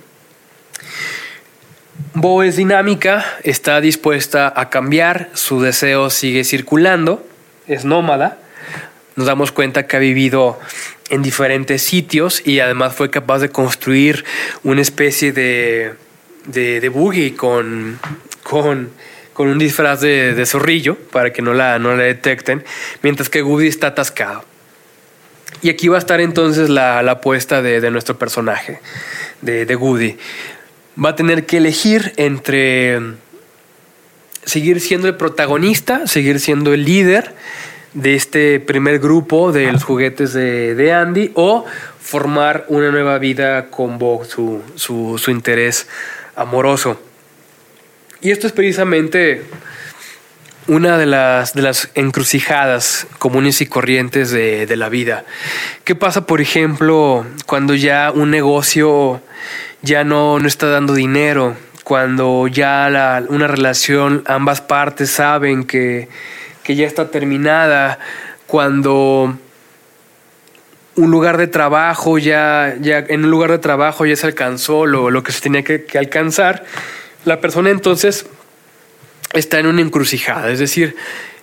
Bo es dinámica, está dispuesta a cambiar, su deseo sigue circulando, es nómada. Nos damos cuenta que ha vivido en diferentes sitios y además fue capaz de construir una especie de buggy con un disfraz de zorrillo para que no la detecten, mientras que Woody está atascado. Y aquí va a estar entonces la apuesta de nuestro personaje, de Woody. Va a tener que elegir entre seguir siendo el protagonista, seguir siendo el líder de este primer grupo de los juguetes de Andy, o formar una nueva vida con Bo, su interés amoroso. Y esto es precisamente una de las encrucijadas comunes y corrientes de la vida. ¿Qué pasa, por ejemplo, cuando ya un negocio ya no está dando dinero? Cuando ya una relación, ambas partes saben que ya está terminada. Cuando un lugar de trabajo en un lugar de trabajo ya se alcanzó lo que se tenía que alcanzar. La persona entonces está en una encrucijada, es decir,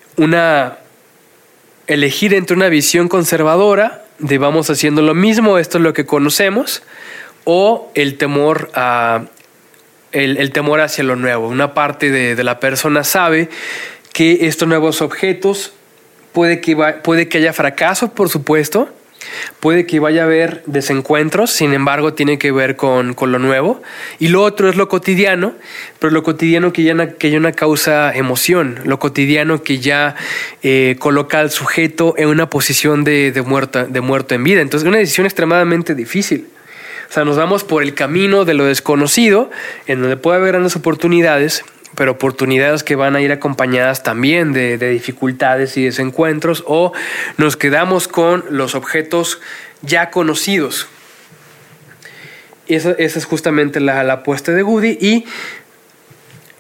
elegir entre una visión conservadora de vamos haciendo lo mismo, esto es lo que conocemos, o el temor hacia lo nuevo. Una parte de la persona sabe que estos nuevos objetos puede que haya fracaso, por supuesto. Puede que vaya a haber desencuentros, sin embargo tiene que ver con lo nuevo. Y lo otro es lo cotidiano, pero lo cotidiano que ya no causa emoción, lo cotidiano que ya coloca al sujeto en una posición de muerto en vida. Entonces es una decisión extremadamente difícil. O sea, nos vamos por el camino de lo desconocido, en donde puede haber grandes oportunidades, pero oportunidades que van a ir acompañadas también de dificultades y desencuentros, o nos quedamos con los objetos ya conocidos. Esa es justamente la apuesta de Woody. Y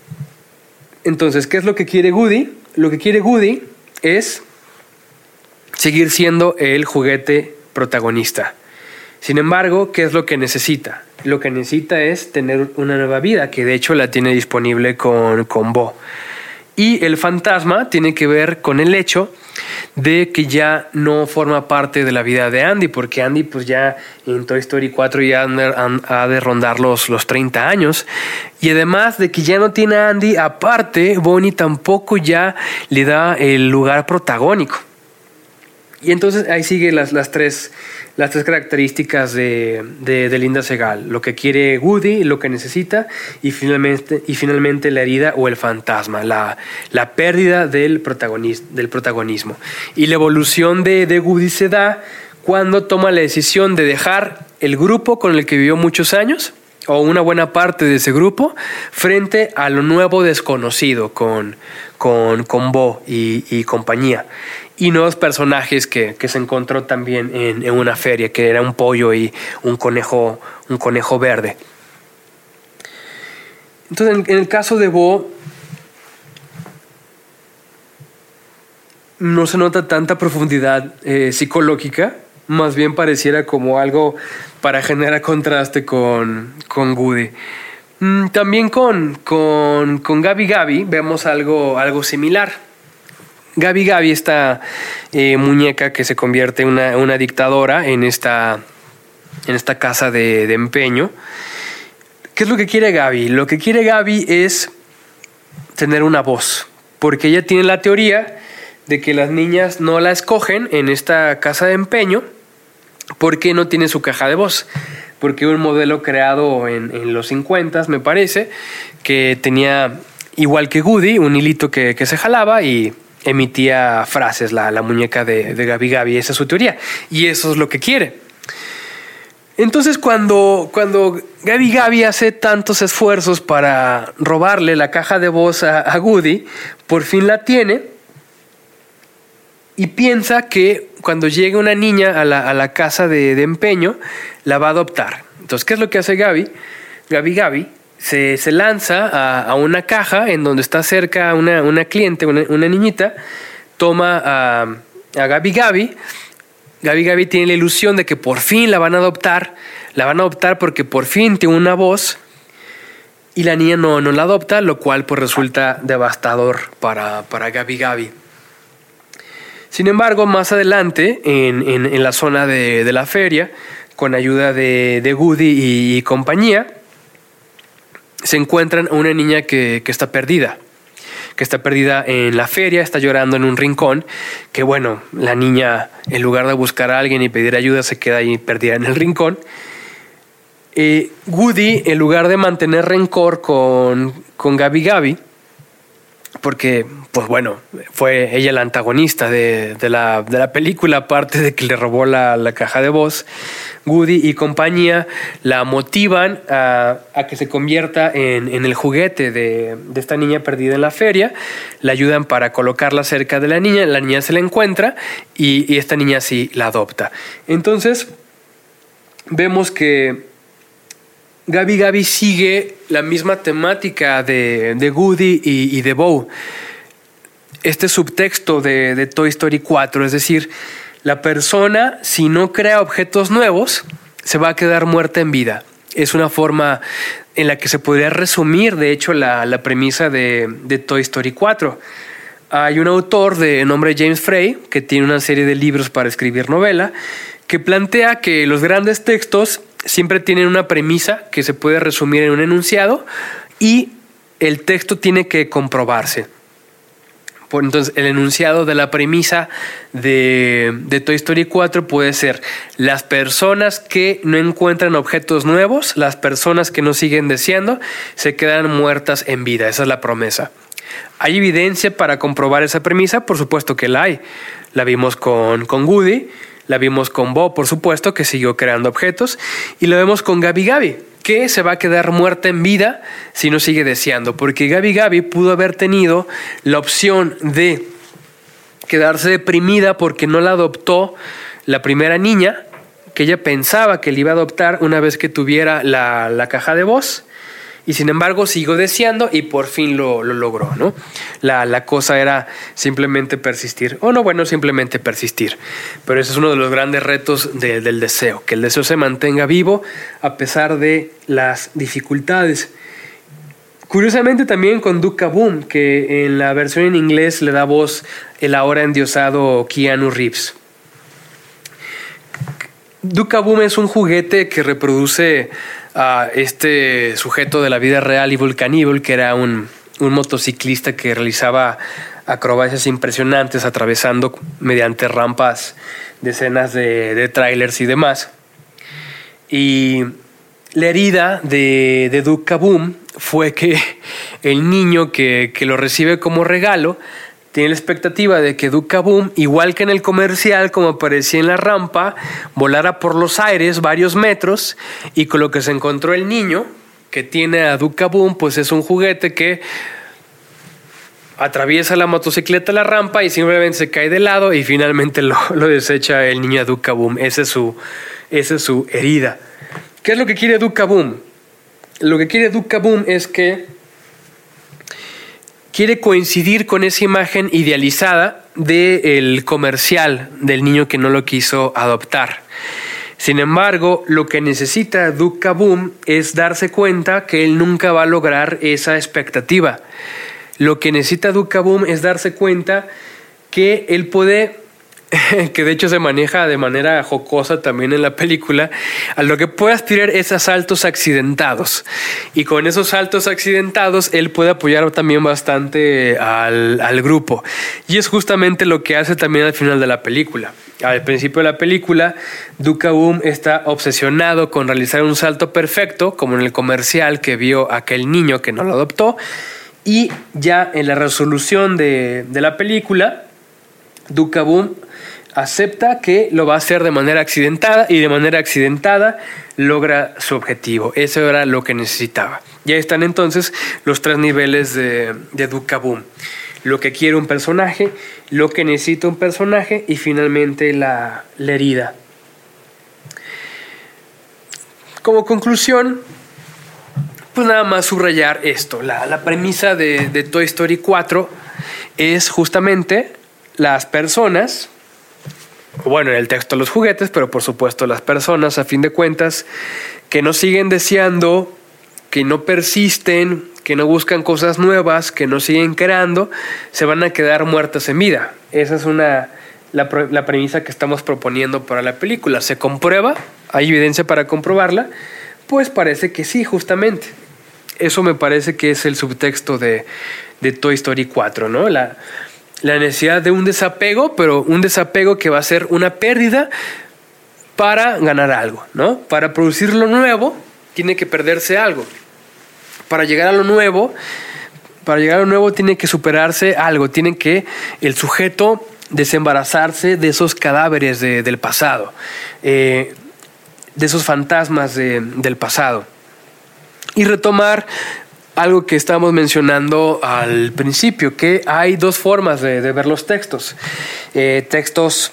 entonces, ¿qué es lo que quiere Woody? Lo que quiere Woody es seguir siendo el juguete protagonista. Sin embargo, ¿qué es lo que necesita? Lo que necesita es tener una nueva vida, que de hecho la tiene disponible con Bo. Y el fantasma tiene que ver con el hecho de que ya no forma parte de la vida de Andy, porque Andy pues ya en Toy Story 4 ya ha de rondar los 30 años. Y además de que ya no tiene a Andy, aparte Bonnie tampoco ya le da el lugar protagónico. Y entonces ahí sigue las tres características de Linda Segal: lo que quiere Woody, lo que necesita, y finalmente la herida o el fantasma, la pérdida del protagonismo. Y la evolución de Woody se da cuando toma la decisión de dejar el grupo con el que vivió muchos años, o una buena parte de ese grupo, frente a lo nuevo desconocido con Bo y compañía. Y nuevos personajes que se encontró también en una feria, que era un pollo y un conejo verde. Entonces, en el caso de Bo, no se nota tanta profundidad psicológica, más bien pareciera como algo para generar contraste con Woody. También con Gabi Gabi vemos algo similar. Gabi Gabi, esta muñeca que se convierte en una dictadora en esta casa de empeño. ¿Qué es lo que quiere Gabi? Lo que quiere Gabi es tener una voz, porque ella tiene la teoría de que las niñas no la escogen en esta casa de empeño porque no tiene su caja de voz. Porque un modelo creado en los 50, me parece, que tenía, igual que Woody, un hilito que se jalaba y emitía frases, la muñeca de Gabi Gabi. Esa es su teoría y eso es lo que quiere. Entonces cuando Gabi Gabi hace tantos esfuerzos para robarle la caja de voz a Woody, por fin la tiene y piensa que cuando llegue una niña a la casa de empeño la va a adoptar. Entonces, ¿qué es lo que hace Gabi? Gabi Gabi se lanza a una caja en donde está cerca una cliente, una niñita, toma a Gabi Gabi. Gabi Gabi tiene la ilusión de que por fin la van a adoptar porque por fin tiene una voz, y la niña no la adopta, lo cual pues resulta devastador para Gabi Gabi. Sin embargo, más adelante, en la zona de la feria, con ayuda de Woody y compañía, se encuentran a una niña que está perdida. Que está perdida en la feria, está llorando en un rincón, que bueno, la niña, en lugar de buscar a alguien y pedir ayuda, se queda ahí perdida en el rincón. Woody, en lugar de mantener rencor con Gabi Gabi, porque, pues bueno, fue ella la antagonista de la película, aparte de que le robó la caja de voz, Woody y compañía la motivan a que se convierta en el juguete de esta niña perdida en la feria. La ayudan para colocarla cerca de la niña se la encuentra y esta niña sí la adopta. Entonces, vemos que Gabi Gabi sigue la misma temática de Woody y de Bo. Este subtexto de Toy Story 4, es decir, la persona, si no crea objetos nuevos, se va a quedar muerta en vida. Es una forma en la que se podría resumir, de hecho, la premisa de Toy Story 4. Hay un autor de nombre James Frey, que tiene una serie de libros para escribir novela, que plantea que los grandes textos siempre tienen una premisa que se puede resumir en un enunciado y el texto tiene que comprobarse. Entonces, el enunciado de la premisa de Toy Story 4 puede ser: las personas que no encuentran objetos nuevos, las personas que no siguen deseando, se quedan muertas en vida. Esa es la promesa. ¿Hay evidencia para comprobar esa premisa? Por supuesto que la hay. La vimos con Woody, la vimos con Bo, por supuesto, que siguió creando objetos, y la vemos con Gabi Gabi, que se va a quedar muerta en vida si no sigue deseando, porque Gabi Gabi pudo haber tenido la opción de quedarse deprimida porque no la adoptó la primera niña, que ella pensaba que le iba a adoptar una vez que tuviera la caja de voz, y sin embargo siguió deseando y por fin lo logró, ¿no? La cosa era simplemente persistir, o no, bueno, simplemente persistir. Pero ese es uno de los grandes retos del deseo, que el deseo se mantenga vivo a pesar de las dificultades. Curiosamente también con Duke Boom, que en la versión en inglés le da voz el ahora endiosado Keanu Reeves. Duke Boom es un juguete que reproduce a este sujeto de la vida real, Evel Knievel, que era un motociclista que realizaba acrobacias impresionantes atravesando mediante rampas decenas de trailers y demás. Y la herida de Duke Boom fue que el niño que lo recibe como regalo tiene la expectativa de que Duke Boom, igual que en el comercial, como aparecía en la rampa, volara por los aires varios metros, y con lo que se encontró el niño que tiene a Duke Boom, pues es un juguete que atraviesa la motocicleta la rampa y simplemente se cae de lado y finalmente lo desecha el niño a Duke Boom. Esa es su herida. ¿Qué es lo que quiere Duke Boom? Lo que quiere Duke Boom es que quiere coincidir con esa imagen idealizada del comercial del niño que no lo quiso adoptar. Sin embargo, lo que necesita Duke Boom es darse cuenta que él nunca va a lograr esa expectativa. Lo que necesita Duke Boom es darse cuenta que él puede, que de hecho se maneja de manera jocosa también en la película, a lo que puede aspirar es a saltos accidentados. Y con esos saltos accidentados él puede apoyar también bastante al grupo. Y es justamente lo que hace también al final de la película. Al principio de la película, Duke Boom está obsesionado con realizar un salto perfecto, como en el comercial que vio aquel niño que no lo adoptó. Y ya en la resolución de la película, Duke Boom acepta que lo va a hacer de manera accidentada y de manera accidentada logra su objetivo. Eso era lo que necesitaba. Ya están entonces los 3 niveles de Duke Boom. Lo que quiere un personaje, lo que necesita un personaje y finalmente la herida. Como conclusión, pues nada más subrayar esto. La premisa de Toy Story 4 es justamente las personas, bueno, en el texto los juguetes, pero por supuesto las personas, a fin de cuentas, que no siguen deseando, que no persisten, que no buscan cosas nuevas, que no siguen creando, se van a quedar muertas en vida. Esa es la premisa que estamos proponiendo para la película. ¿Se comprueba? ¿Hay evidencia para comprobarla? Pues parece que sí, justamente. Eso me parece que es el subtexto de Toy Story 4, ¿no? La necesidad de un desapego, pero un desapego que va a ser una pérdida para ganar algo, ¿no? Para producir lo nuevo tiene que perderse algo. Para llegar a lo nuevo tiene que superarse algo, tiene que el sujeto desembarazarse de esos cadáveres del pasado, de esos fantasmas del pasado, y retomar algo que estábamos mencionando al principio, que hay 2 formas de ver los textos. Textos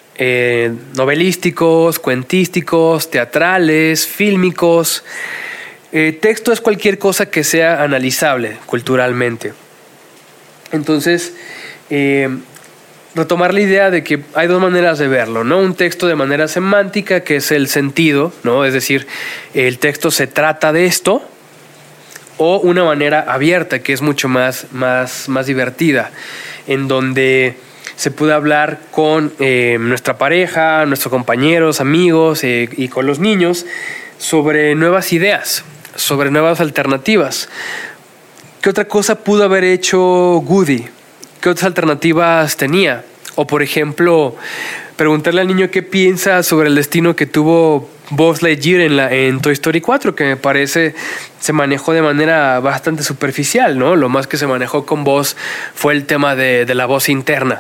novelísticos, cuentísticos, teatrales, fílmicos. Texto es cualquier cosa que sea analizable culturalmente. Entonces, retomar la idea de que hay 2 maneras de verlo, ¿no? Un texto de manera semántica, que es el sentido, ¿no? Es decir, el texto se trata de esto, o una manera abierta, que es mucho más divertida, en donde se puede hablar con nuestra pareja, nuestros compañeros, amigos y con los niños sobre nuevas ideas, sobre nuevas alternativas. ¿Qué otra cosa pudo haber hecho Woody? ¿Qué otras alternativas tenía? O por ejemplo, preguntarle al niño qué piensa sobre el destino que tuvo Buzz Lightyear en Toy Story 4, que me parece se manejó de manera bastante superficial, ¿no? Lo más que se manejó con Buzz fue el tema de la voz interna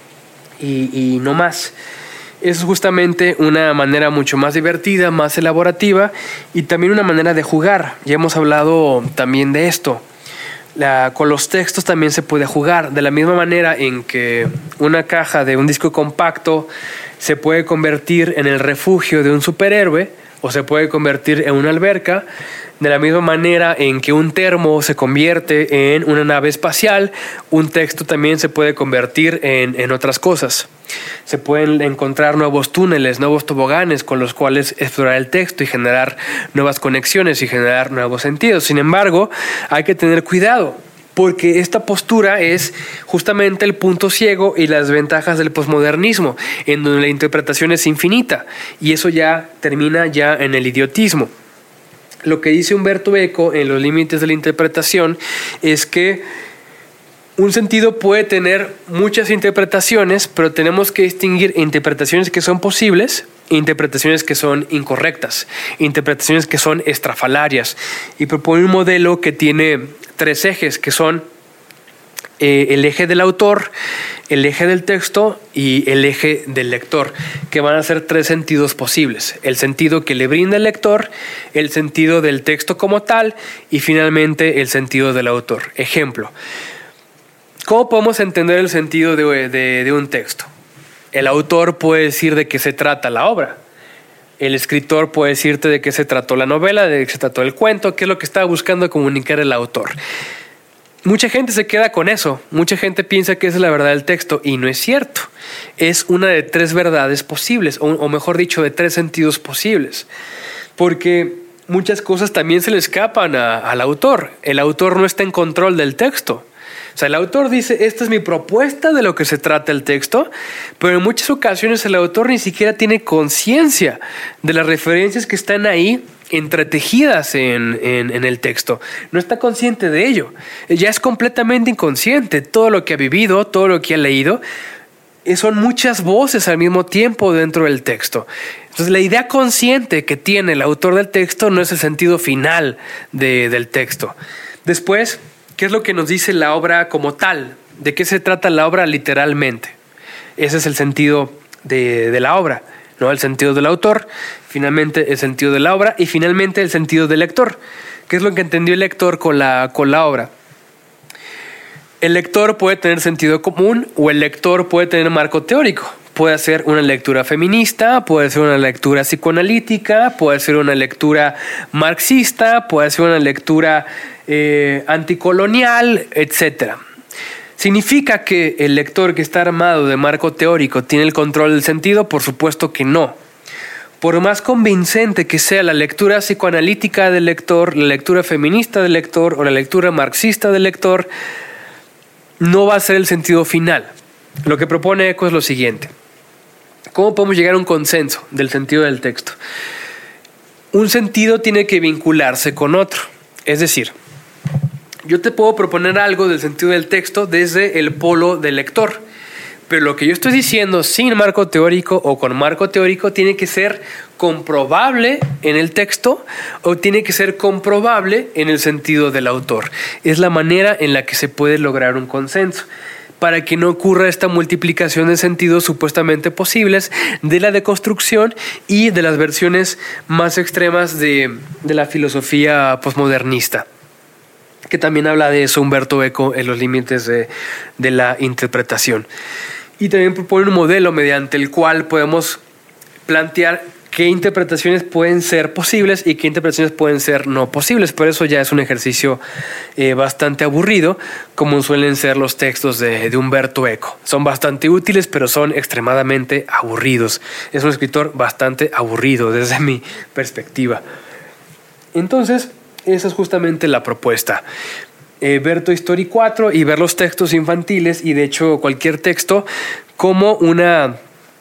y no más. Es justamente una manera mucho más divertida, más elaborativa y también una manera de jugar. Ya hemos hablado también de esto. Con los textos también se puede jugar, de la misma manera en que una caja de un disco compacto se puede convertir en el refugio de un superhéroe o se puede convertir en una alberca. De la misma manera en que un termo se convierte en una nave espacial, un texto también se puede convertir en otras cosas. Se pueden encontrar nuevos túneles, nuevos toboganes con los cuales explorar el texto y generar nuevas conexiones y generar nuevos sentidos. Sin embargo, hay que tener cuidado, porque esta postura es justamente el punto ciego y las ventajas del posmodernismo, en donde la interpretación es infinita, y eso ya termina ya en el idiotismo. Lo que dice Umberto Eco en Los límites de la interpretación es que un sentido puede tener muchas interpretaciones, pero tenemos que distinguir interpretaciones que son posibles e interpretaciones que son incorrectas, interpretaciones que son estrafalarias. Y propone un modelo que tiene 3 ejes, que son el eje del autor, el eje del texto y el eje del lector, que van a ser 3 sentidos posibles: el sentido que le brinda el lector, el sentido del texto como tal y finalmente el sentido del autor. Ejemplo: ¿cómo podemos entender el sentido de un texto? El autor puede decir de qué se trata la obra. El escritor puede decirte de qué se trató la novela, de qué se trató el cuento, qué es lo que estaba buscando comunicar el autor. Mucha gente se queda con eso. Mucha gente piensa que esa es la verdad del texto y no es cierto. Es una de 3 verdades posibles, o mejor dicho, de 3 sentidos posibles. Porque muchas cosas también se le escapan al autor. El autor no está en control del texto. O sea, el autor dice, esta es mi propuesta de lo que se trata el texto, pero en muchas ocasiones el autor ni siquiera tiene conciencia de las referencias que están ahí entretejidas en el texto. No está consciente de ello. Ya es completamente inconsciente. Todo lo que ha vivido, todo lo que ha leído, son muchas voces al mismo tiempo dentro del texto. Entonces, la idea consciente que tiene el autor del texto no es el sentido final del texto. Después, ¿qué es lo que nos dice la obra como tal? ¿De qué se trata la obra literalmente? Ese es el sentido de la obra, ¿no? El sentido del autor, finalmente el sentido de la obra y finalmente el sentido del lector. ¿Qué es lo que entendió el lector con la obra? El lector puede tener sentido común o el lector puede tener marco teórico. Puede ser una lectura feminista, puede ser una lectura psicoanalítica, puede ser una lectura marxista, puede ser una lectura anticolonial, etc. ¿Significa que el lector que está armado de marco teórico tiene el control del sentido? Por supuesto que no. Por más convincente que sea la lectura psicoanalítica del lector, la lectura feminista del lector o la lectura marxista del lector, no va a ser el sentido final. Lo que propone Eco es lo siguiente: ¿cómo podemos llegar a un consenso del sentido del texto? Un sentido tiene que vincularse con otro. Es decir, yo te puedo proponer algo del sentido del texto desde el polo del lector, pero lo que yo estoy diciendo sin marco teórico o con marco teórico tiene que ser comprobable en el texto o tiene que ser comprobable en el sentido del autor. Es la manera en la que se puede lograr un consenso, para que no ocurra esta multiplicación de sentidos supuestamente posibles de la deconstrucción y de las versiones más extremas de la filosofía posmodernista, que también habla de eso Umberto Eco en Los límites de la interpretación. Y también propone un modelo mediante el cual podemos plantear qué interpretaciones pueden ser posibles y qué interpretaciones pueden ser no posibles. Por eso ya es un ejercicio bastante aburrido, como suelen ser los textos de Umberto Eco. Son bastante útiles, pero son extremadamente aburridos. Es un escritor bastante aburrido desde mi perspectiva. Entonces, esa es justamente la propuesta. Ver Toy Story 4 y ver los textos infantiles, y de hecho cualquier texto, como una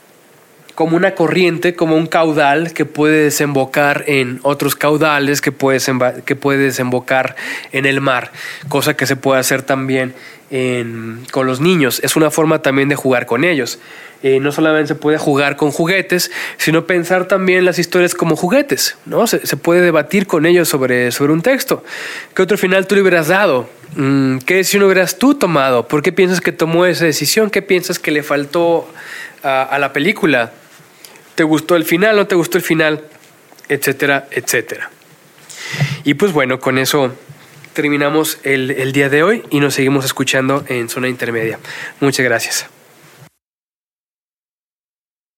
corriente, como un caudal que puede desembocar en otros caudales, que puede desembocar en el mar, cosa que se puede hacer también con los niños. Es una forma también de jugar con ellos. No solamente se puede jugar con juguetes, sino pensar también las historias como juguetes, ¿no? Se puede debatir con ellos sobre un texto. ¿Qué otro final tú le hubieras dado? ¿Qué decisión hubieras tú tomado? ¿Por qué piensas que tomó esa decisión? ¿Qué piensas que le faltó a la película? ¿Te gustó el final? ¿No te gustó el final? Etcétera, etcétera. Y pues bueno, con eso terminamos el día de hoy y nos seguimos escuchando en Zona Intermedia. Muchas gracias.